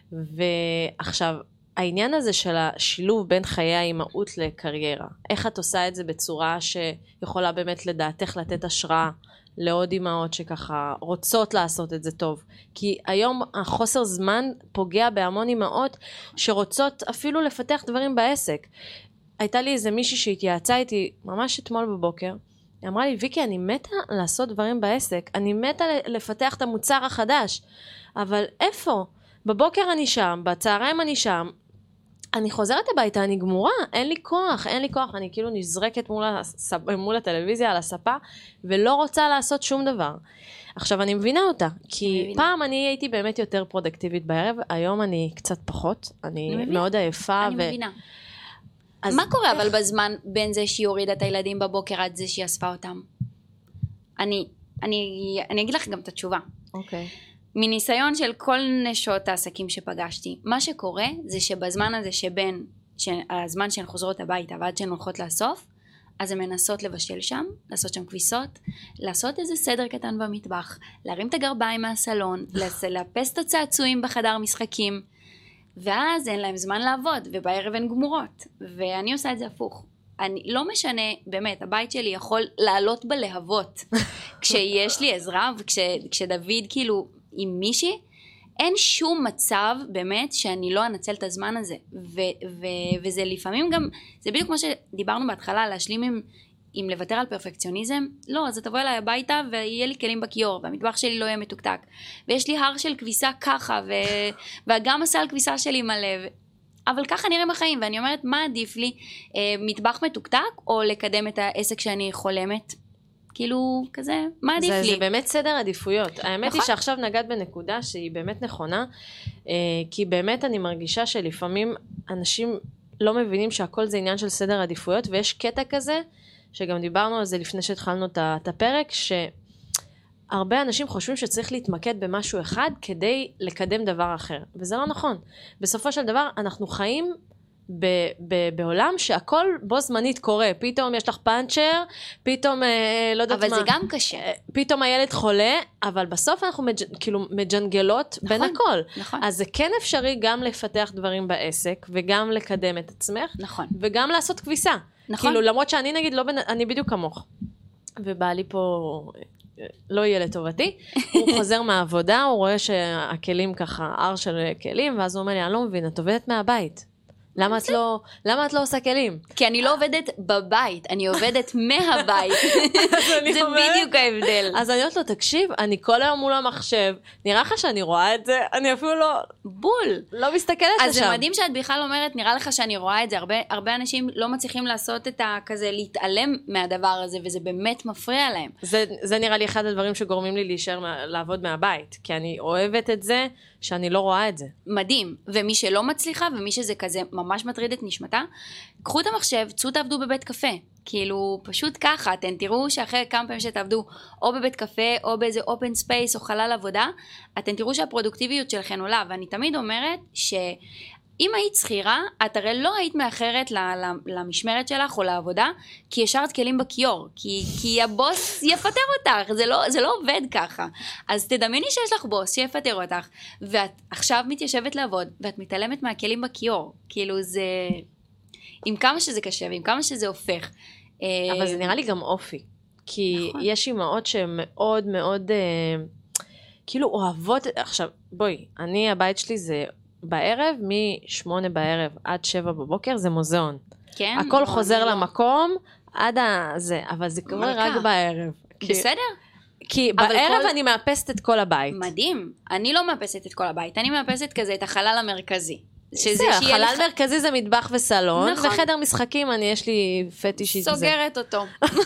ועכשיו, העניין הזה של השילוב בין חיי האימהות לקריירה, איך את עושה את זה בצורה שיכולה באמת לדעתך לתת השראה לעוד אימהות שככה רוצות לעשות את זה טוב? כי היום החוסר זמן פוגע בהמון אימהות שרוצות אפילו לפתח דברים בעסק. הייתה לי איזה מישהי שהתייעצה איתי ממש אתמול בבוקר, היא אמרה לי, ויקי, אני מתה לעשות דברים בעסק, אני מתה לפתח את המוצר החדש, אבל איפה? בבוקר אני שם, בצהריים אני שם, אני חוזרת הביתה, אני גמורה, אין לי כוח, אני כאילו נזרקת מול הטלוויזיה על הספה, ולא רוצה לעשות שום דבר. עכשיו אני מבינה אותה, כי פעם אני הייתי באמת יותר פרודקטיבית בערב, היום אני קצת פחות, אני מאוד עייפה. אני מבינה. מה קורה אבל בזמן בין זה שהיא הורידה את הילדים בבוקר עד זה שהיא אספה אותם? אני אגיד לך גם את התשובה. אוקיי. מניסיון של כל נשות העסקים שפגשתי, מה שקורה זה שבזמן הזה שבין הזמן שהן חוזרות הביתה ועד שהן הולכות לאסוף, אז הן מנסות לבשל שם, לעשות שם כביסות, לעשות איזה סדר קטן במטבח, להרים את הגרביים מהסלון, לאפס את הצעצועים בחדר משחקים, ואז אין להם זמן לעבוד, ובערב הן גמורות, ואני עושה את זה הפוך. אני לא משנה, באמת, הבית שלי יכול לעלות בלהבות, כשיש לי עזרה, וכשדוד כאילו עם מישהי, אין שום מצב באמת שאני לא אנצל את הזמן הזה, וזה לפעמים גם, זה בדיוק כמו שדיברנו בהתחלה, להשלים עם לוותר על פרפקציוניזם, לא, אז תבוא אליי הביתה ויהיה לי כלים בכיור, והמטבח שלי לא יהיה מתוקתק, ויש לי הר של כביסה ככה, וגם הסל כביסה שלי מלא, אבל ככה נראים החיים, ואני אומרת, מה עדיף לי, מטבח מתוקתק, או לקדם את העסק שאני חולמת? כאילו, כזה, מה עדיף לי? זה באמת סדר עדיפויות. האמת היא שעכשיו נגעת בנקודה שהיא באמת נכונה, כי באמת אני מרגישה שלפעמים אנשים לא מבינים שהכל זה עניין של סדר עדיפויות, ויש קטע כזה, שגם דיברנו על זה לפני שהתחלנו את הפרק, שהרבה אנשים חושבים שצריך להתמקד במשהו אחד, כדי לקדם דבר אחר. וזה לא נכון. בסופו של דבר, אנחנו חיים בעולם שהכל בו זמנית קורה, פתאום יש לך פאנצ'ר, פתאום לא יודעת מה. אבל זה גם קשה. פתאום הילד חולה, אבל בסוף אנחנו כאילו מג'נגלות בין הכל. נכון. אז זה כן אפשרי גם לפתח דברים בעסק, וגם לקדם את עצמך, נכון. וגם לעשות כביסה. נכון. כאילו למרות שאני נגיד, אני בדיוק כמוך, ובעלי פה לא יהיה לטובתי, הוא חוזר מהעבודה, הוא רואה שהכלים ככה, הר של כלים, ואז הוא אומר לי, אני לא מבין, את עובדת מהבית. למה את לא עושה כלים? כי אני לא עובדת בבית, אני עובדת מהבית. זה בדיוק ההבדל. אז אני אומרת לו, תקשיב, אני כל היום מול המחשב, נראה לך שאני רואה את זה, אני אפילו לא מסתכלת לשם. אז זה מדהים שאת בכלל אומרת, נראה לך שאני רואה את זה, הרבה אנשים לא מצליחים לעשות את כזה, להתעלם מהדבר הזה, וזה באמת מפריע להם. זה נראה לי אחד הדברים שגורמים לי להישאר לעבוד מהבית, כי אני אוהבת את זה, שאני לא רואה את זה. מדהים, ומי שלא מצליחה, ומי שזה כזה ממש מטריד את נשמתה, קחו את המחשב, צאו תעבדו בבית קפה. כאילו, פשוט ככה, אתם תראו שאחרי כמה פעמים שתעבדו או בבית קפה, או באיזה open space, או חלל עבודה, אתם תראו שהפרודוקטיביות שלכם עולה, ואני תמיד אומרת אם היית שכירה, את הרי לא היית מאחרת למשמרת שלך או לעבודה, כי השארת כלים בכיור, כי הבוס יפטר אותך, זה לא עובד ככה. אז תדמייני שיש לך בוס שיפטר אותך, ואת עכשיו מתיישבת לעבוד, ואת מתעלמת מהכלים בכיור. כאילו זה, עם כמה שזה קשה, ועם כמה שזה הופך. אבל זה נראה לי גם אופי. כי נכון. יש אימהות שהן מאוד מאוד, כאילו אוהבות, עכשיו בואי, הבית שלי זה בערב, מ-8 בערב עד 7 בבוקר, זה מוזיאון. כן. הכל חוזר למקום, עד זה, אבל זה קורה רק בערב. בסדר? כי בערב אני מאפסת את כל הבית. מדהים. אני לא מאפסת את כל הבית, אני מאפסת כזה את החלל המרכזי. חלל מרכזי זה מטבח וסלון, וחדר משחקים, יש לי פטיש איזה. סוגרת אותו.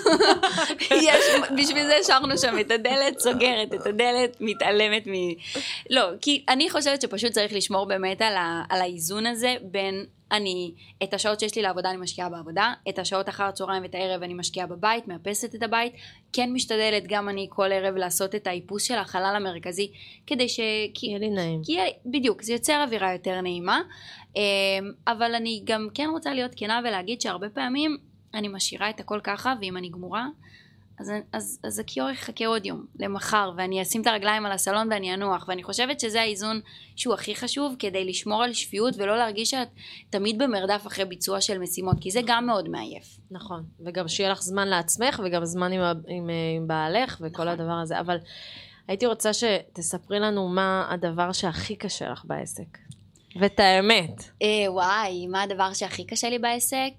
בשביל זה השארנו שם את הדלת, סוגרת את הדלת, מתעלמת לא, כי אני חושבת שפשוט צריך לשמור באמת על האיזון הזה, בין את השעות שיש לי לעבודה אני משקיעה בעבודה, את השעות אחר הצהריים ואת הערב אני משקיעה בבית, מאפסת את הבית, כן משתדלת גם אני כל ערב לעשות את האיפוס של החלל המרכזי, כדי יהיה לי נעים. בדיוק, זה יוצר אווירה יותר נעימה, אבל אני גם כן רוצה להיות כנה ולהגיד שהרבה פעמים אני משאירה את הכל ככה, ואם אני גמורה, אז הכיור יחכה עוד יום, למחר, ואני אשים את הרגליים על הסלון ואני אנוח, ואני חושבת שזה האיזון שהוא הכי חשוב, כדי לשמור על שפיות, ולא להרגיש שאת תמיד במרדף אחרי ביצוע של משימות, כי זה גם מאוד מעייף. נכון, וגם שיהיה לך זמן לעצמך, וגם זמן עם בעלך, וכל נכון. הדבר הזה, אבל הייתי רוצה שתספרי לנו מה הדבר שהכי קשה לך בעסק, ואת האמת. וואי, מה הדבר שהכי קשה לי בעסק?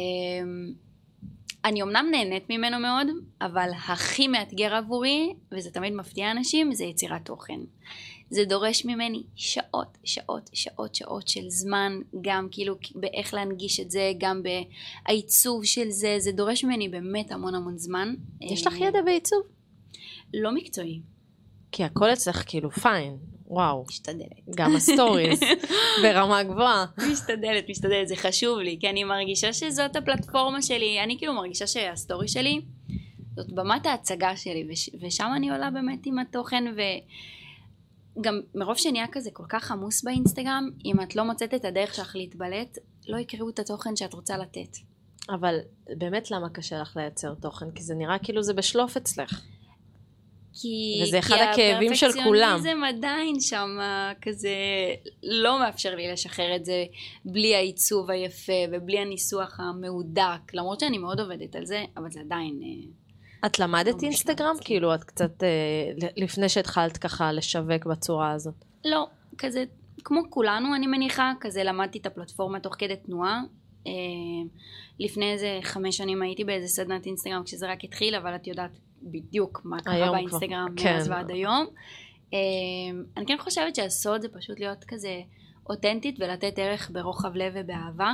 אני אמנם נהנית ממנו מאוד, אבל הכי מאתגר עבורי, וזה תמיד מפתיע אנשים, זה יצירת תוכן. זה דורש ממני שעות של זמן, גם כאילו באיך להנגיש את זה, גם בעיצוב של זה, זה דורש ממני באמת המון זמן. יש לך ידע בעיצוב? לא מקצועי. כי הכל אצלך כאילו פיין. וואו. משתדלת. גם הסטוריז, ברמה גבוהה. משתדלת, זה חשוב לי, כי אני מרגישה שזאת הפלטפורמה שלי, אני כאילו מרגישה שהסטורי שלי, זאת במת ההצגה שלי, ושם אני עולה באמת עם התוכן, וגם מרוב שנהיה כזה כל כך עמוס באינסטגרם, אם את לא מוצאת את הדרך שלך להתבלט, לא יקראו את התוכן שאת רוצה לתת. אבל באמת למה קשה לך לייצר תוכן? כי זה נראה כאילו זה בשלוף אצלך. וזה אחד הכאבים של כולם. הפרפקציוניזם עדיין שם כזה לא מאפשר לי לשחרר את זה בלי העיצוב היפה ובלי הניסוח המהודק, למרות שאני מאוד עובדת על זה, אבל זה עדיין... את למדת אינסטגרם? כאילו את קצת לפני שהתחלת ככה לשווק בצורה הזאת? לא, כזה כמו כולנו אני מניחה, כזה למדתי את הפלטפורמה תוך כדי תנועה. לפני איזה 5 שנים הייתי באיזה סדנת אינסטגרם כשזה רק התחיל, אבל את יודעת בדיוק מה קרה באינסטגרם מאז ועד היום. אני כן חושבת שהסוד זה פשוט להיות כזה אותנטית ולתת ערך ברוחב לב ובאהבה,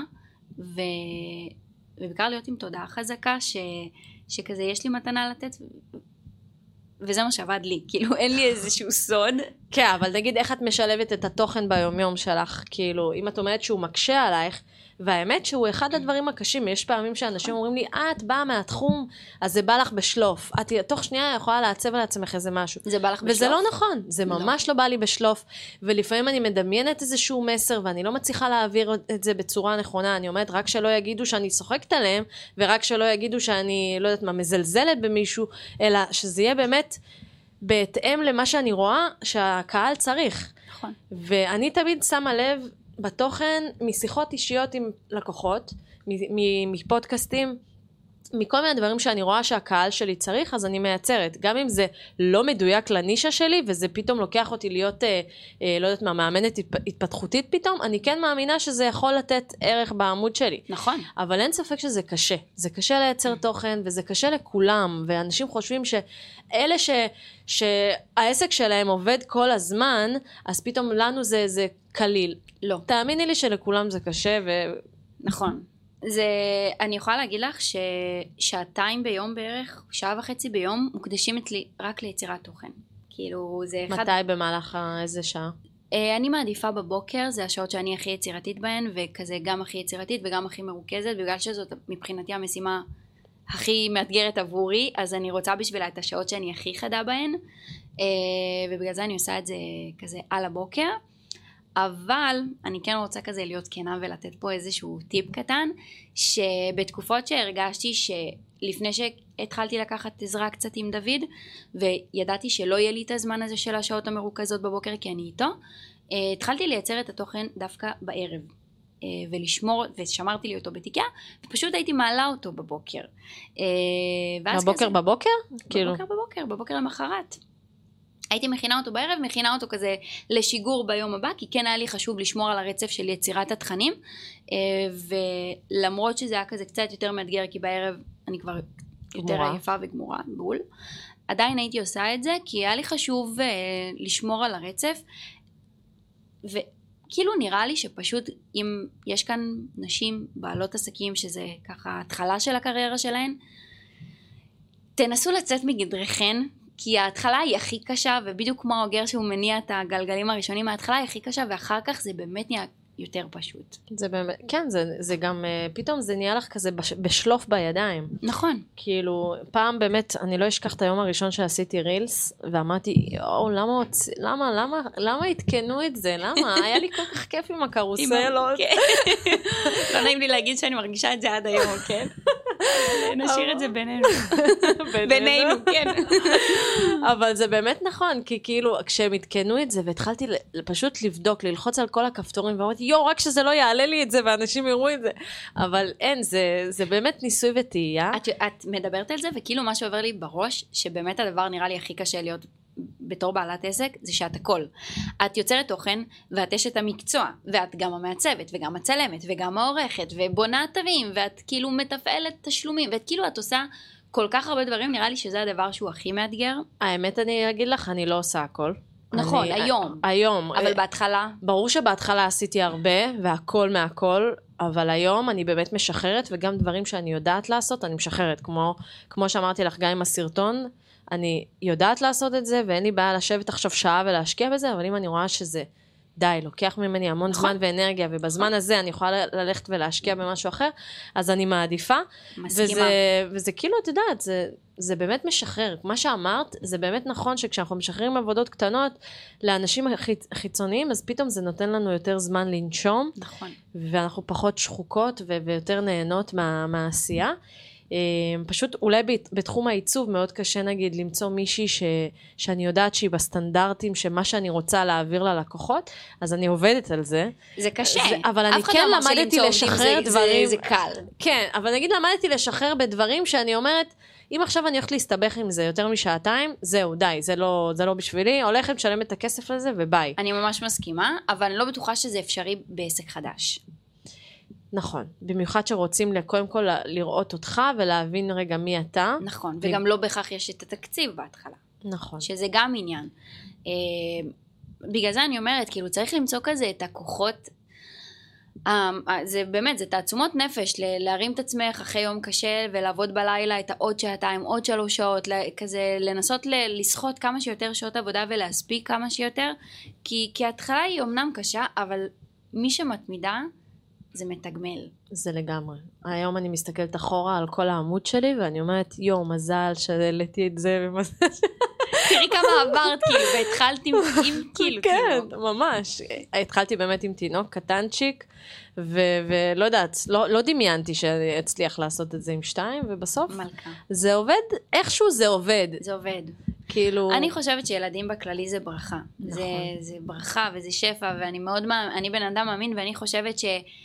ובעיקר להיות עם תודעה חזקה שכזה יש לי מתנה לתת, וזה מה שעבד לי, כאילו אין לי איזשהו סוד. כן, אבל נגיד איך את משלבת את התוכן ביומיום שלך, כאילו אם את אומרת שהוא מקשה עלייך, והאמת שהוא אחד הדברים הקשים, יש פעמים שאנשים אומרים לי, את באה מהתחום, אז זה בא לך בשלוף, את תוך שנייה יכולה לעצב לעצמך איזה משהו. זה בא לך בשלוף? וזה לא נכון, זה ממש לא בא לי בשלוף, ולפעמים אני מדמיינת איזשהו מסר, ואני לא מצליחה להעביר את זה בצורה נכונה, אני אומרת, רק שלא יגידו שאני שוחקת עליהם, ורק שלא יגידו שאני, לא יודעת מה, מזלזלת במישהו, אלא שזה יהיה באמת בהתאם למה שאני רואה שהקהל צריך. נכון. ואני תמיד שמה לב בתוכן, משיחות אישיות עם לקוחות, מפודקאסטים, מכל מיני דברים שאני רואה שהקהל שלי צריך, אז אני מייצרת. גם אם זה לא מדויק לנישה שלי, וזה פתאום לוקח אותי להיות, לא יודעת מה, מאמנת התפתחותית פתאום, אני כן מאמינה שזה יכול לתת ערך בעמוד שלי. נכון. אבל אין ספק שזה קשה. זה קשה לייצר תוכן, וזה קשה לכולם, ואנשים חושבים שאלה שהעסק שלהם עובד כל הזמן, אז פתאום לנו זה קליל. לא. תאמיני לי שלכולם זה קשה נכון. אני יכולה להגיד לך ששעתיים ביום בערך, שעה וחצי ביום, מוקדשים אצלי רק ליצירת תוכן. כאילו זה אחד... מתי במהלך איזה שעה? אני מעדיפה בבוקר, זה השעות שאני הכי יצירתית בהן, וכזה גם הכי יצירתית וגם הכי מרוכזת, בגלל שזאת מבחינתי המשימה הכי מאתגרת עבורי, אז אני רוצה בשבילה את השעות שאני הכי חדה בהן, ובגלל זה אני עושה את זה כזה על הבוקר. אבל אני כן רוצה כזה להיות כנה ולתת פה איזשהו טיפ קטן, שבתקופות שהרגשתי שלפני שהתחלתי לקחת עזרה קצת עם דוד, וידעתי שלא יהיה לי את הזמן הזה של השעות המרוכזות בבוקר כי אני איתו, התחלתי לייצר את התוכן דווקא בערב, ולשמור, ושמרתי לי אותו בתיקה, ופשוט הייתי מעלה אותו בבוקר. בבוקר בבוקר? בבוקר למחרת. הייתי מכינה אותו בערב, מכינה אותו כזה לשיגור ביום הבא, כי כן היה לי חשוב לשמור על הרצף של יצירת התכנים, ולמרות שזה היה כזה קצת יותר מאתגר, כי בערב אני כבר יותר עייפה וגמורה, בול, עדיין הייתי עושה את זה, כי היה לי חשוב לשמור על הרצף, וכאילו נראה לי שפשוט אם יש כאן נשים בעלות עסקים, שזה ככה התחלה של הקריירה שלהן, תנסו לצאת מגדרכן, כי ההתחלה היא הכי קשה, ובדיוק כמו האוגר שהוא מניע את הגלגלים הראשונים, ההתחלה היא הכי קשה, ואחר כך זה באמת נהיה יותר פשוט. זה באמת, כן, זה גם, פתאום זה נהיה לך כזה בשלוף בידיים. נכון. כאילו, פעם באמת, אני לא אשכח את היום הראשון שעשיתי רילס, ואמרתי, למה התקנו את זה? למה? היה לי כל כך כיף עם הקרוסלות. לא נעים לי להגיד שאני מרגישה את זה עד היום, כן? נשאיר את זה בינינו. בינינו, כן. אבל זה באמת נכון, כי כאילו, כשהם התקנו את זה, והתחלתי פשוט לבדוק, ללחוץ על כל הכפתורים, ואמרתי, רק שזה לא יעלה לי את זה, ואנשים יראו את זה. אבל אין, זה באמת ניסוי וטעייה. את מדברת על זה, וכאילו מה שעובר לי בראש, שבאמת הדבר נראה לי הכי קשה להיות בתור בעלת עסק, זה שאת הכל. את יוצרת תוכן, ואת אשת המקצוע, ואת גם המעצבת, וגם הצלמת, וגם העורכת, ובונה אתרים, ואת כאילו מתפעלת תשלומים, ואת כאילו את עושה כל כך הרבה דברים, נראה לי שזה הדבר שהוא הכי מאתגר. האמת אני אגיד לך, אני לא עושה הכל. נכון, היום. אבל בהתחלה? ברור שבהתחלה עשיתי הרבה, והכל מהכל, אבל היום אני באמת משחררת, וגם דברים שאני יודעת לעשות, אני משחררת. כמו שאמרתי לך, גם עם הסרטון, אני יודעת לעשות את זה, ואין לי בעיה לשבת עכשיו שעה ולהשקיע בזה, אבל אם אני רואה שזה די, לוקח ממני המון זמן ואנרגיה, ובזמן הזה אני יכולה ללכת ולהשקיע במשהו אחר, אז אני מעדיפה. מסכימה. וזה כאילו, את יודעת, זה באמת משחרר. מה שאמרת, זה באמת נכון שכשאנחנו משחררים עבודות קטנות לאנשים חיצוניים, אז פתאום זה נותן לנו יותר זמן לנשום. נכון. ואנחנו פחות שחוקות ויותר נהנות מהעשייה. פשוט אולי בתחום העיצוב מאוד קשה נגיד למצוא מישהי שאני יודעת שהיא בסטנדרטים שמה שאני רוצה להעביר ללקוחות, אז אני עובדת על זה. זה קשה. אבל אני כן למדתי לשחרר דברים. זה קל. כן, אבל נגיד למדתי לשחרר בדברים שאני אומרת, אם עכשיו אני הולכת להסתבך עם זה יותר משעתיים, זהו, די, זה לא בשבילי, הולכת לשלם את הכסף לזה וביי. אני ממש מסכימה, אבל אני לא בטוחה שזה אפשרי בעסק חדש. נכון, במיוחד שרוצים קודם כל לראות אותך ולהבין רגע מי אתה. נכון, וגם לא בכך יש את התקציב בהתחלה. נכון. שזה גם עניין. בגלל זה אני אומרת, כאילו צריך למצוא כזה את הכוחות, זה באמת, זה תעצומות נפש, להרים את עצמך אחרי יום קשה ולעבוד בלילה את העוד שעתיים, עוד 3 שעות, כזה לנסות לסחוט כמה שיותר שעות עבודה ולהספיק כמה שיותר, כי ההתחלה היא אמנם קשה, אבל מי שמתמידה, זה מתגמל. זה לגמרי. היום אני מסתכלת אחורה על כל העמוד שלי, ואני אומרת, מזל שהעליתי את זה ומזל תראי כמה עברת, כאילו, והתחלתי עם כאילו. כן, ממש. התחלתי באמת עם תינוק קטנצ'יק, ולא יודעת, לא דמיינתי שאני אצליח לעשות את זה עם 2, ובסוף זה עובד, איכשהו זה עובד. זה עובד. כאילו... אני חושבת שילדים בכללי זה ברכה. זה ברכה וזה שפע, ואני בן אדם מאמין, ואני חושבת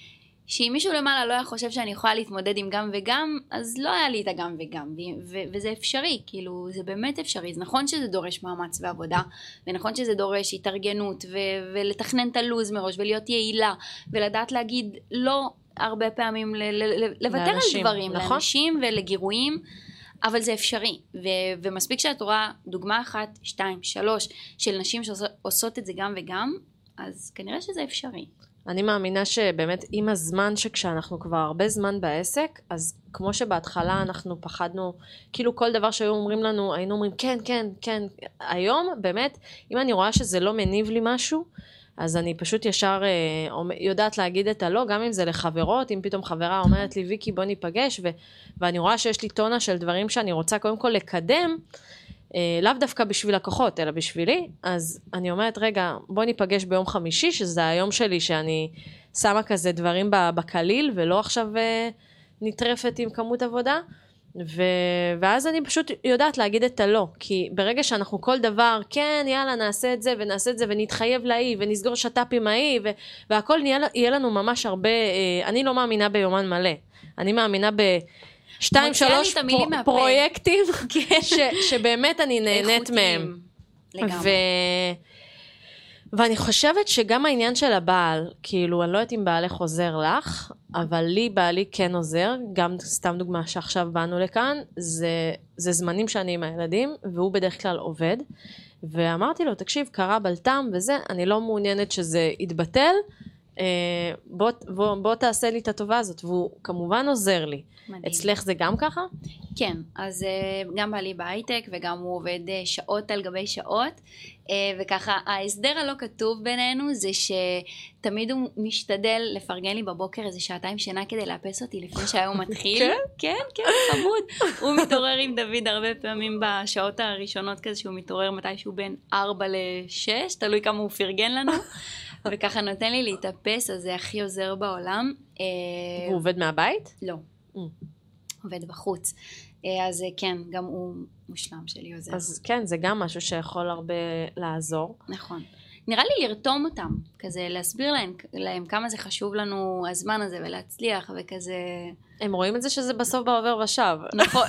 שאם מישהו למעלה לא היה חושב שאני יכולה להתמודד עם גם וגם, אז לא היה לי את הגם וגם, וזה אפשרי, כאילו זה באמת אפשרי. זה נכון שזה דורש מאמץ ועבודה, ונכון שזה דורש התארגנות, ולתכנן את הלוז מראש, ולהיות יעילה, ולדעת להגיד לא הרבה פעמים, לוותר על דברים, נכון? לאנשים ולגירויים, אבל זה אפשרי, ומספיק שאת רואה דוגמה 1, 2, 3 של נשים שעושות את זה גם וגם, אז כנראה שזה אפשרי. אני מאמינה שבאמת עם הזמן שכשאנחנו כבר הרבה זמן בעסק, אז כמו שבהתחלה אנחנו פחדנו, כאילו כל דבר שהיו אומרים לנו, היינו אומרים כן, כן, כן. היום באמת, אם אני רואה שזה לא מניב לי משהו, אז אני פשוט ישר יודעת להגיד את הלא, גם אם זה לחברות, אם פתאום חברה אומרת לי, ויקי בוא ניפגש, ואני רואה שיש לי טונה של דברים שאני רוצה קודם כל לקדם, לאו דווקא בשביל לקוחות, אלא בשבילי, אז אני אומרת, רגע, בוא ניפגש ביום חמישי, שזה היום שלי שאני שמה כזה דברים בקליל, ולא עכשיו נטרפת עם כמות עבודה, ואז אני פשוט יודעת להגיד את הלא, כי ברגע שאנחנו כל דבר, כן, יאללה, נעשה את זה, ונעשה את זה, ונתחייב להיא, ונסגור שטאפ עם ההיא, והכל יהיה לנו ממש הרבה, אני לא מאמינה ביומן מלא, אני מאמינה 2-3 פרויקטים שבאמת אני נהנית מהם. ואני חושבת שגם העניין של הבעל, כאילו אני לא יודעת אם בעלך עוזר לך, אבל לי בעלי כן עוזר, גם סתם דוגמה שעכשיו באנו לכאן, זה זמנים שאני עם הילדים, והוא בדרך כלל עובד, ואמרתי לו, תקשיב, קרה בלטם וזה, אני לא מעוניינת שזה יתבטל, בוא תעשה לי את הטובה הזאת, והוא כמובן עוזר לי. מדהים. אצלך זה גם ככה? כן, אז גם בעלי בהייטק וגם הוא עובד שעות על גבי שעות, וככה ההסדר הלא כתוב בינינו זה שתמיד הוא משתדל לפרגן לי בבוקר איזה 2 שעתיים שינה כדי לאפס אותי לפני שהיום מתחיל. כן? כן, כן, חמוד. הוא מתעורר עם דוד הרבה פעמים בשעות הראשונות כזה שהוא מתעורר מתישהו בין 4 ל-6, תלוי כמה הוא פרגן לנו. וככה נותן לי להתאפס, אז זה הכי עוזר בעולם. והוא עובד מהבית? לא. עובד בחוץ. אז כן, גם הוא מושלם שלי עוזר. אז כן, זה גם משהו שיכול הרבה לעזור. נכון. נראה לי לרתום אותם, כזה להסביר להם כמה זה חשוב לנו הזמן הזה ולהצליח וכזה... הם רואים את זה שזה בסוף בעובר ושב. נכון.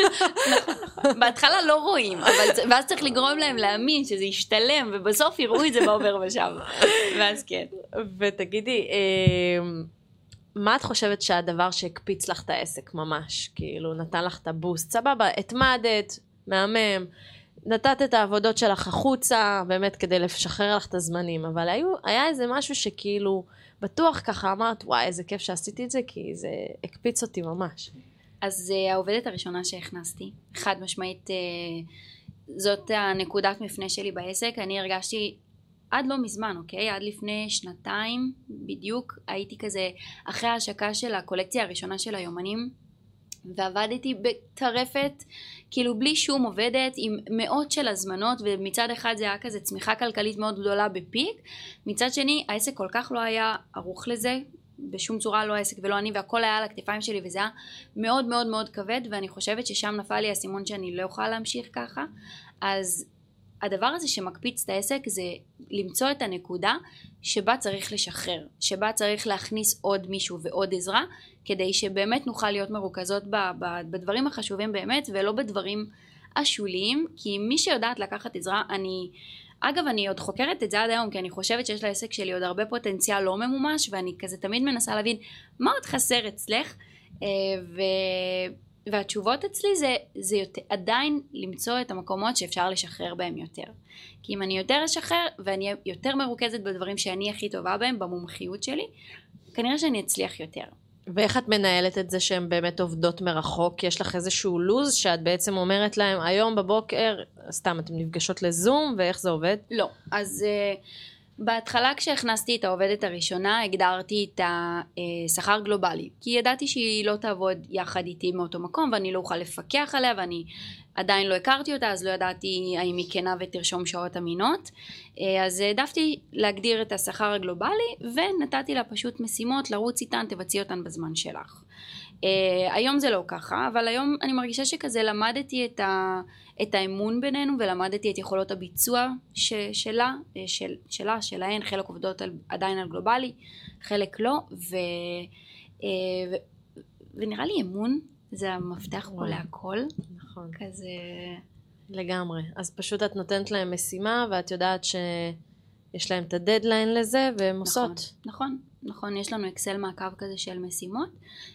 בהתחלה לא רואים, ואז צריך לגרום להם להאמין שזה ישתלם, ובסוף יראו את זה בעובר ושב. ואז כן. ותגידי, מה את חושבת שהדבר שהקפיץ לך את העסק ממש? כאילו, נתן לך את הבוסט, סבבה, התמדת, מהמם, נתת את העבודות שלך החוצה, באמת כדי לשחרר לך את הזמנים, אבל היה איזה משהו שכאילו, בטוח ככה אמרת, וואי, איזה כיף שעשיתי את זה, כי זה הקפיץ אותי ממש. אז העובדת הראשונה שהכנסתי, חד משמעית, זאת הנקודת מפנה שלי בעסק, אני הרגשתי עד לא מזמן, אוקיי? עד לפני 2 בדיוק, הייתי כזה, אחרי ההשקה של הקולקציה הראשונה של היומנים, ועבדתי בטרפת, כאילו בלי שום עובדת, עם מאות של הזמנות, ומצד אחד זה היה כזה צמיחה כלכלית מאוד גדולה בפיק, מצד שני העסק כל כך לא היה ערוך לזה, בשום צורה לא העסק ולא אני, והכל היה על הכתפיים שלי, וזה היה מאוד מאוד מאוד כבד, ואני חושבת ששם נפל לי הסימון שאני לא יכולה להמשיך ככה, אז הדבר הזה שמקפיץ את העסק זה למצוא את הנקודה שבה צריך לשחרר, שבה צריך להכניס עוד מישהו ועוד עזרה, כדי שבאמת נוכל להיות מרוכזות בדברים החשובים באמת, ולא בדברים השוליים, כי מי שיודעת לקחת עזרה, אני עוד חוקרת את זה עד היום, כי אני חושבת שיש לעסק שלי עוד הרבה פוטנציאל לא ממומש, ואני כזה תמיד מנסה להבין מה עוד חסר אצלך, והתשובות אצלי זה עדיין למצוא את המקומות שאפשר לשחרר בהם יותר. כי אם אני יותר אשחרר ואני יותר מרוכזת בדברים שאני הכי טובה בהם, במומחיות שלי, כנראה שאני אצליח יותר. ואיך את מנהלת את זה שהן באמת עובדות מרחוק? יש לך איזשהו לוז שאת בעצם אומרת להם, היום בבוקר, סתם אתם נפגשות לזום, ואיך זה עובד? לא, אז בהתחלה כשהכנסתי את העובדת הראשונה, הגדרתי את השכר גלובלי, כי ידעתי שהיא לא תעבוד יחד איתי מאותו מקום, ואני לא אוכל לפקח עליה, ואני עדיין לא הכרתי אותה, אז לא ידעתי האם היא כנה ותרשום שעות אמינות, אז העדפתי להגדיר את השכר הגלובלי, ונתתי לה פשוט משימות, לרוץ איתן, תבצעי אותן בזמן שלך. היום זה לא ככה, אבל היום אני מרגישה שכזה למדתי את האמון בינינו, ולמדתי את יכולות הביצוע שלהן, חלק עובדות עדיין על גלובלי, חלק לא, ונראה לי אמון זה המפתח פה להכל. נכון. כזה... לגמרי. אז פשוט את נותנת להם משימה, ואת יודעת שיש להם את הדדליין לזה, והם עושות. נכון. יש לנו אקסל מעקב כזה של משימות,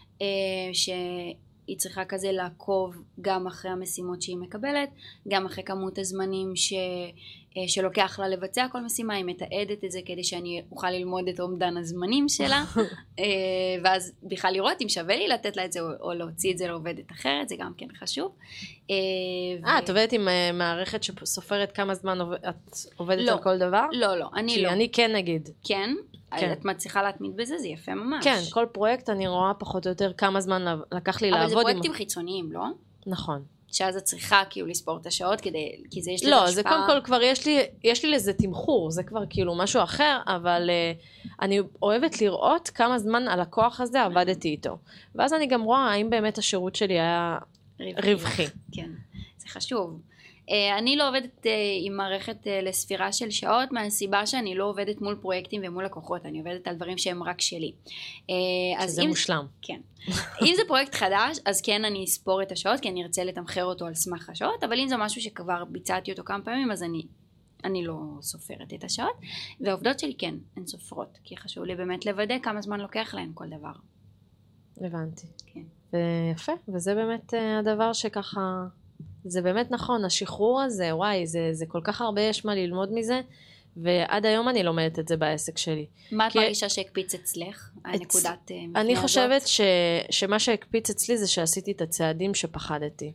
שהיא צריכה כזה לעקוב גם אחרי המשימות שהיא מקבלת, גם אחרי כמות הזמנים שלוקח לה לבצע כל משימה, היא מתעדת את זה כדי שאני אוכל ללמוד את אומדן הזמנים שלה, ואז בכלל לראות אם שווה לי לתת לה את זה או להוציא את זה לעובדת אחרת, זה גם כן חשוב. את עובדת עם מערכת שסופרת כמה זמן את עובדת על כל דבר? לא, אני לא. כי אני כן נגיד. כן? את מצליחה להתמיד בזה, זה יפה ממש. כן, כל פרויקט אני רואה פחות או יותר כמה זמן לקח לי לעבוד. אבל זה פרויקטים חיצוניים, לא? נכון. שאז את צריכה כאילו לספור את השעות, כי זה יש לזה השפעה. לא, זה קודם כל כבר יש לי לזה תמחור, זה כבר כאילו משהו אחר, אבל אני אוהבת לראות כמה זמן הלקוח הזה עבדתי איתו. ואז אני גם רואה האם באמת השירות שלי היה רווחי. כן, זה חשוב. אני לא עובדת עם מערכת לספירה של שעות, מהסיבה שאני לא עובדת מול פרויקטים ומול לקוחות, אני עובדת על דברים שהם רק שלי. שזה מושלם. כן. אם זה פרויקט חדש, אז כן אני אספור את השעות, כי אני ארצה לתמחר אותו על סמך השעות, אבל אם זה משהו שכבר ביצעתי אותו כמה פעמים, אז אני לא סופרת את השעות, והעובדות שלי כן, הן סופרות, כי חשוב לי באמת לוודא כמה זמן לוקח להן כל דבר. הבנתי. כן. ויפה, וזה באמת הדבר שככה... זה באמת נכון, השחרור הזה, וואי, זה כל כך הרבה יש מה ללמוד מזה, ועד היום אני לומדת את זה בעסק שלי. מה את מרגישה שהקפיץ אצלך? הנקודת מפנה הזאת? אני חושבת שמה שהקפיץ אצלי זה שעשיתי את הצעדים שפחדתי.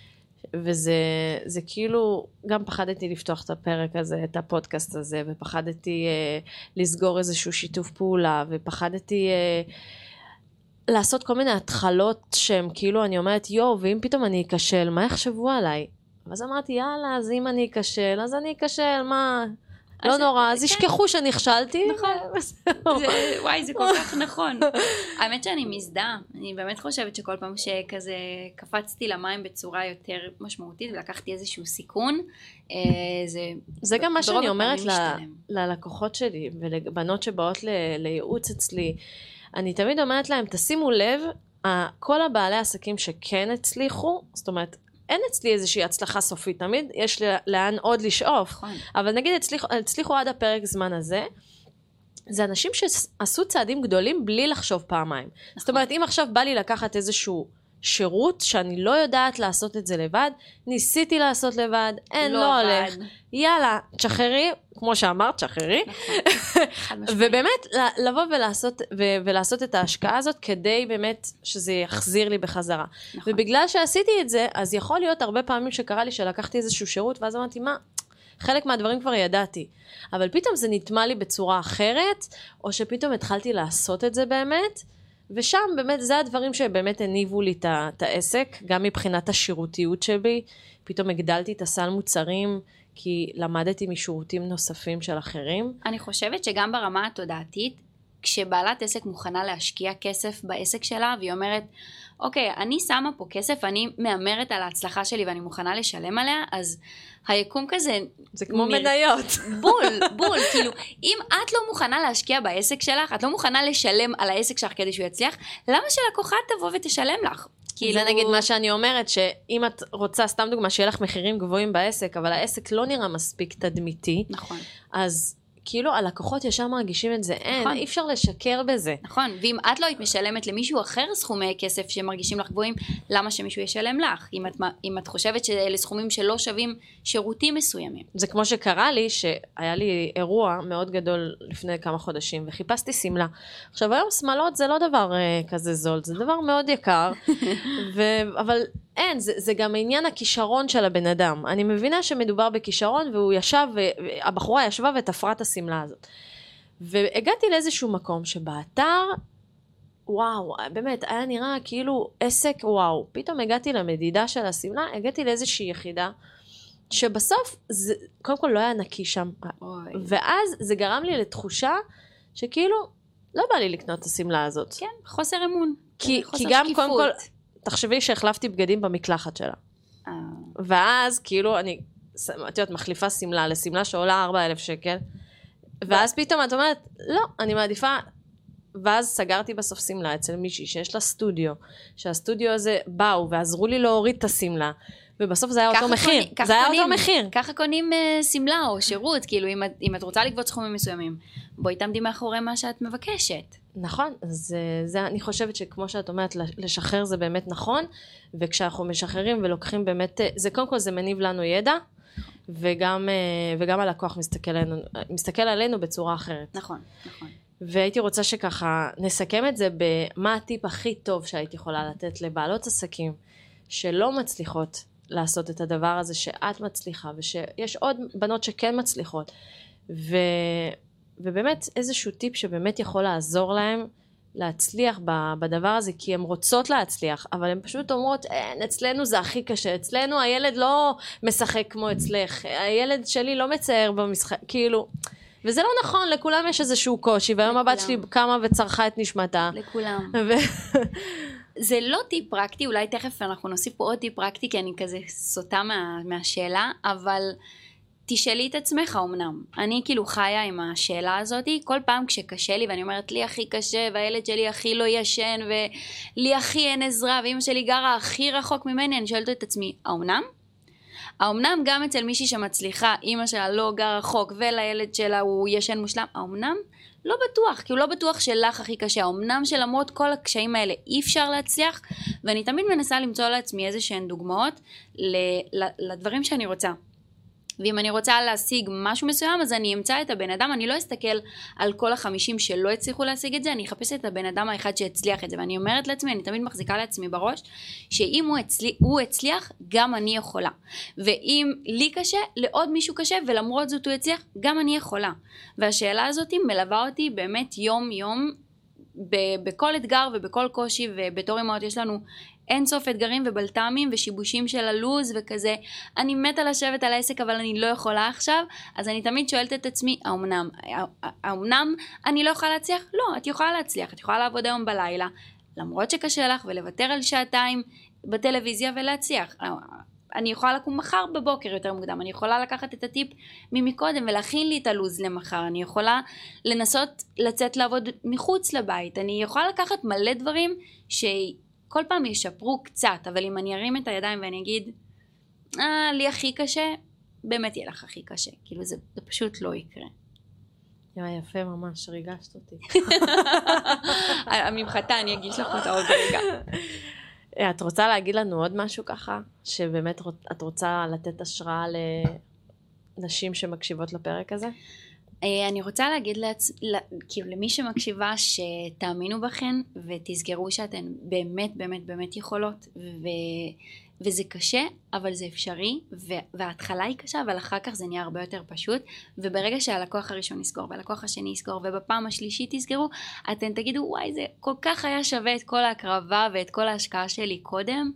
וזה כאילו, גם פחדתי לפתוח את הפרק הזה, את הפודקאסט הזה, ופחדתי לסגור איזשהו שיתוף פעולה, ופחדתי... לעשות כל מיני התחלות שהן כאילו אני אומרת ואם פתאום אני אכשל, מה יחשבו עליי? ואז אמרתי יאללה, אז אם אני אכשל, אז אני אכשל, מה? לא נורא, אז ישכחו שנכשלתי. נכון. וואי, זה כל כך נכון. האמת שאני מזדהה, אני באמת חושבת שכל פעם שכזה קפצתי למים בצורה יותר משמעותית ולקחתי איזשהו סיכון, זה גם מה שאני אומרת ללקוחות שלי ולבנות שבאות לייעוץ אצלי, אני תמיד אומרת להם, תשימו לב, כל הבעלי עסקים שכן הצליחו, זאת אומרת, אין אצלי איזושהי הצלחה סופית, תמיד יש לאן עוד לשאוף, אבל נגיד הצליחו עד הפרק זמן הזה, זה אנשים שעשו צעדים גדולים בלי לחשוב פעמיים. זאת אומרת, אם עכשיו בא לי לקחת איזשהו שירות שאני לא יודעת לעשות את זה לבד, ניסיתי לעשות לבד, לא הולך, יאללה, תשחררי, כמו שאמרת, תשחררי, ובאמת לבוא ולעשות את ההשקעה הזאת, כדי באמת שזה יחזיר לי בחזרה. ובגלל שעשיתי את זה, אז יכול להיות הרבה פעמים שקרה לי שלקחתי איזשהו שירות, ואז אמרתי, מה? חלק מהדברים כבר ידעתי, אבל פתאום זה נטמע לי בצורה אחרת, או שפתאום התחלתי לעשות את זה באמת, ושם באמת זה הדברים שבאמת הניבו לי את העסק, גם מבחינת השירותיות שלי, פתאום הגדלתי את הסל מוצרים, כי למדתי משירותים נוספים של אחרים. אני חושבת שגם ברמה התודעתית, כשבעלת עסק מוכנה להשקיע כסף בעסק שלה, והיא אומרת, אוקיי, אני שמה פה כסף, אני מאמרת על ההצלחה שלי ואני מוכנה לשלם עליה, אז היקום כזה... זה כמו מניות. בול, כאילו, אם את לא מוכנה להשקיע בעסק שלך, את לא מוכנה לשלם על העסק שלך כדי שהוא יצליח, למה שלקוחה תבוא ותשלם לך? זה נגיד מה שאני אומרת, שאם את רוצה, סתם דוגמה, שיהיה לך מחירים גבוהים בעסק, אבל העסק לא נראה מספיק תדמיתי, נכון. אז... כאילו הלקוחות ישר מרגישים את זה, נכון. אי אפשר לשקר בזה. נכון, ואם את לא היית משלמת למישהו אחר סכומי כסף שמרגישים לך גבוהים, למה שמישהו ישלם לך? אם את חושבת שאלה סכומים שלא שווים שירותים מסוימים. זה כמו שקרה לי, שהיה לי אירוע מאוד גדול לפני כמה חודשים, וחיפשתי סמלה. עכשיו היום סמלות זה לא דבר כזה זול, זה דבר מאוד יקר, אבל אין, זה גם עניין הכישרון של הבן אדם. אני מבינה שמדובר בכישרון, והוא ישב, הבחורה ישבה ותפרה את הסמלה הזאת. והגעתי לאיזשהו מקום שבאתר, וואו, באמת, היה נראה כאילו עסק, וואו. פתאום הגעתי למדידה של הסמלה, הגעתי לאיזושהי יחידה, שבסוף, קודם כל לא היה נקי שם. ואז זה גרם לי לתחושה, שכאילו, לא בא לי לקנות את הסמלה הזאת. כן, חוסר אמון. כי גם קודם כל, תחשבי שהחלפתי בגדים במקלחת שלה. ואז כאילו את יודעת, מחליפה סמלה לסמלה שעולה 4,000 שקל, ואז פתאום את אומרת, לא, אני מעדיפה, ואז סגרתי בסוף סמלה אצל מישהי שיש לה סטודיו, שהסטודיו הזה באו ועזרו לי להוריד את הסמלה, ובסוף זה היה אותו מחיר. זה היה אותו מחיר. ככה קונים סמלה או שירות, כאילו אם את רוצה לגבות סכומים מסוימים, בואי תעמדי מאחורי מה שאת מבקשת. נכון, זה אני חושבת שכמו שאת אומרת, לשחרר זה באמת נכון, וכשאנחנו משחררים ולוקחים באמת, זה קודם כל זה מניב לנו ידע, וגם הלקוח מסתכל עלינו בצורה אחרת. נכון, נכון. והייתי רוצה שככה נסכם את זה במה הטיפ הכי טוב שהייתי יכולה לתת לבעלות עסקים, שלא מצליחות לעשות את הדבר הזה שאת מצליחה, ושיש עוד בנות שכן מצליחות, ובאמת איזשהו טיפ שבאמת יכול לעזור להם להצליח בדבר הזה, כי הן רוצות להצליח, אבל הן פשוט אומרות, אצלנו זה הכי קשה, אצלנו הילד לא משחק כמו אצלך, הילד שלי לא מצייר במשחק, כאילו, וזה לא נכון, לכולם יש איזשהו קושי, והיום הבת שלי קמה וצרחה את נשמתה. לכולם. זה לא טיפ פרקטי, אולי תכף אנחנו נוסיף פה עוד טיפ פרקטי, כי אני כזה סוטה מהשאלה, אבל תשאלי את עצמך אמנם. אני כאילו חיה עם השאלה הזאת, כל פעם כשקשה לי, ואני אומרת, לי הכי קשה, והילד שלי הכי לא ישן, ולי הכי אין עזרה, ואמא שלי גרה הכי רחוק ממני, אני שואלת את עצמי, האמנם? האמנם גם אצל מישהי שמצליחה, אמא שלה לא גר רחוק, ולילד שלה הוא ישן מושלם, האמנם? לא בטוח, כי הוא לא בטוח שלך הכי קשה, האמנם שלמרות כל הקשיים האלה אי אפשר להצליח, ואני תמיד מנסה למצוא לעצמי איזה שהן דוגמאות לדברים שאני רוצה. ואם אני רוצה להשיג משהו מסוים, אז אני אמצא את הבן אדם, אני לא אסתכל על כל 50 שלא הצליחו להשיג את זה, אני אחפש את הבן אדם האחד שהצליח את זה, ואני אומרת לעצמי, אני תמיד מחזיקה לעצמי בראש, שאם הוא הצליח, גם אני יכולה. ואם לי קשה, לעוד מישהו קשה, ולמרות זאת הוא הצליח, גם אני יכולה. והשאלה הזאת מלווה אותי באמת יום יום, בכל אתגר ובכל קושי, ובתור אמהות יש לנו אין סוף אתגרים ובלת"מים ושיבושים של הלוז וכזה, אני מתה לשבת על העסק אבל אני לא יכולה עכשיו, אז אני תמיד שואלת את עצמי, האמנם אני לא יכולה להצליח? לא, את יכולה להצליח, את יכולה לעבוד היום בלילה, למרות שקשה לך ולוותר על שעתיים בטלוויזיה ולהצליח. אני יכולה לקום מחר בבוקר יותר מוקדם, אני יכולה לקחת את הטיפ ממקודם ולהכין לי את הלוז למחר, אני יכולה לנסות לצאת לעבוד מחוץ לבית, אני יכולה לקחת מלא דברים כל פעם ישפרו קצת, אבל אם אני ארים את הידיים ואני אגיד, לי הכי קשה, באמת יהיה לך הכי קשה. כאילו זה פשוט לא יקרה. יפה ממש, ריגשת אותי. הממחתה, אני אגיש לך אותה עוד רגע. את רוצה להגיד לנו עוד משהו ככה? שבאמת את רוצה לתת השראה לנשים שמקשיבות לפרק הזה? אני רוצה להגיד כאילו למי שמקשיבה שתאמינו בכן ותסגרו שאתן באמת באמת באמת יכולות וזה קשה אבל זה אפשרי וההתחלה היא קשה אבל אחר כך זה נהיה הרבה יותר פשוט וברגע שהלקוח הראשון יסגור והלקוח השני יסגור ובפעם השלישית יסגרו אתן תגידו וואי זה כל כך היה שווה את כל ההקרבה ואת כל ההשקעה שלי קודם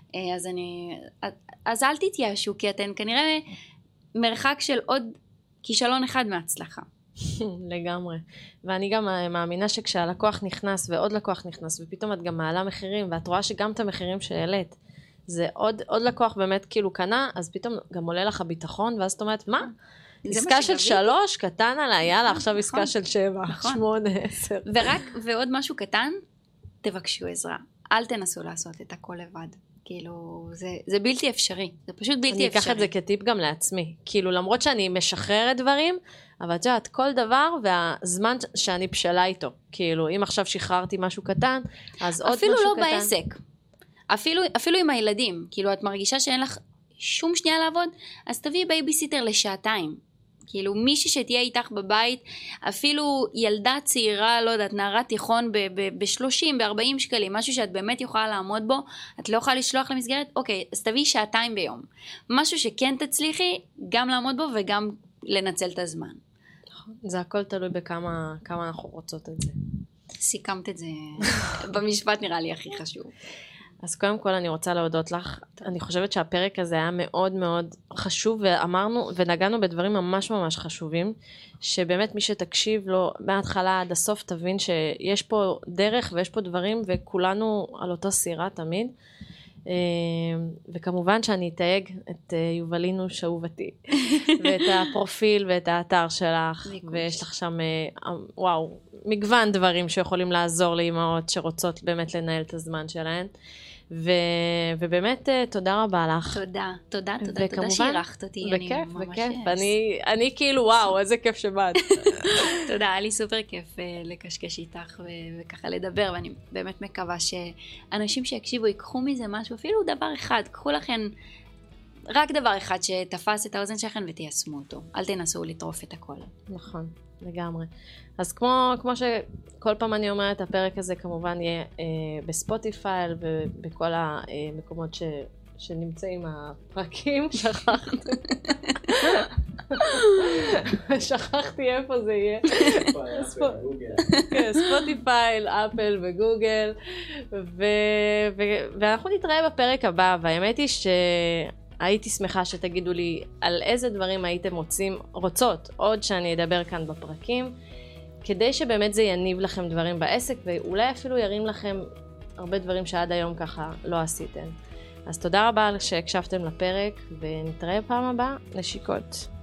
אז אל תתייאשו כי אתן כנראה מרחק של עוד כישלון אחד מההצלחה. לגמרי. ואני גם מאמינה שכשהלקוח נכנס ועוד לקוח נכנס ופתאום את גם מעלה מחירים ואת רואה שגם את המחירים שהעלית זה עוד לקוח באמת כאילו קנה אז פתאום גם עולה לך הביטחון ואז את אומרת מה? עסקה של 3 קטן עליי יאללה עכשיו עסקה של 7, 8, 10 ועוד משהו קטן תבקשו עזרה. אל תנסו לעשות את הכל לבד. כאילו, זה בלתי אפשרי. זה פשוט בלתי אפשרי. אני אקח את זה כטיפ גם לעצמי. כאילו, למרות שאני משחררת דברים, אבל את יודעת, כל דבר והזמן שאני בשלה איתו. כאילו, אם עכשיו שחררתי משהו קטן, אז עוד משהו קטן. אפילו לא בעסק. אפילו עם הילדים. כאילו, את מרגישה שאין לך שום שנייה לעבוד, אז תביאי בייביסיטר לשעתיים. כאילו מישהי שתהיה איתך בבית, אפילו ילדה צעירה, לא יודעת, נערת תיכון ב-30, ב-40 שקלים, משהו שאת באמת יכולה לעמוד בו, את לא יכולה לשלוח למסגרת, אוקיי, אז תביאי 2 שעתיים ביום. משהו שכן תצליחי, גם לעמוד בו וגם לנצל את הזמן. זה הכל תלוי בכמה אנחנו רוצות את זה. סיכמת את זה במשפט נראה לי הכי חשוב. אז קודם כל אני רוצה להודות לך. אני חושבת שהפרק הזה היה מאוד מאוד חשוב, ואמרנו ונגענו בדברים ממש ממש חשובים, שבאמת מי שתקשיב לו מההתחלה עד הסוף תבין שיש פה דרך ויש פה דברים, וכולנו על אותו סירה תמיד. וכמובן שאני אתייג את יובלינו שאהובתי, ואת הפרופיל ואת האתר שלך, ויש לך שם וואו, מגוון דברים שיכולים לעזור לאמהות שרוצות באמת לנהל את הזמן שלהן. ובאמת תודה רבה לך. תודה שאירחת אותי. בכיף. אני כאילו וואו, איזה כיף שבאת. תודה, היה לי סופר כיף לקשקש איתך וככה לדבר, ואני באמת מקווה שאנשים שיקשיבו ייקחו מזה משהו, אפילו דבר אחד, קחו לכם רק דבר אחד שתפס את האוזן שלכם ותיישמו אותו. אל תנסו לטרוף את הכל. נכון, לגמרי. אז כמו שכל פעם אני אומרת, הפרק הזה כמובן יהיה בספוטיפיי ובכל המקומות שנמצאים הפרקים. שכחתי איפה זה יהיה. ספוטיפיי, אפל וגוגל. ואנחנו נתראה בפרק הבא, והאמת היא הייתי שמחה שתגידו לי על איזה דברים הייתם רוצות עוד שאני אדבר כאן בפרקים, כדי שבאמת זה יניב לכם דברים בעסק, ואולי אפילו ירים לכם הרבה דברים שעד היום ככה לא עשיתם. אז תודה רבה שהקשבתם לפרק, ונתראה פעם הבאה. נשיקות.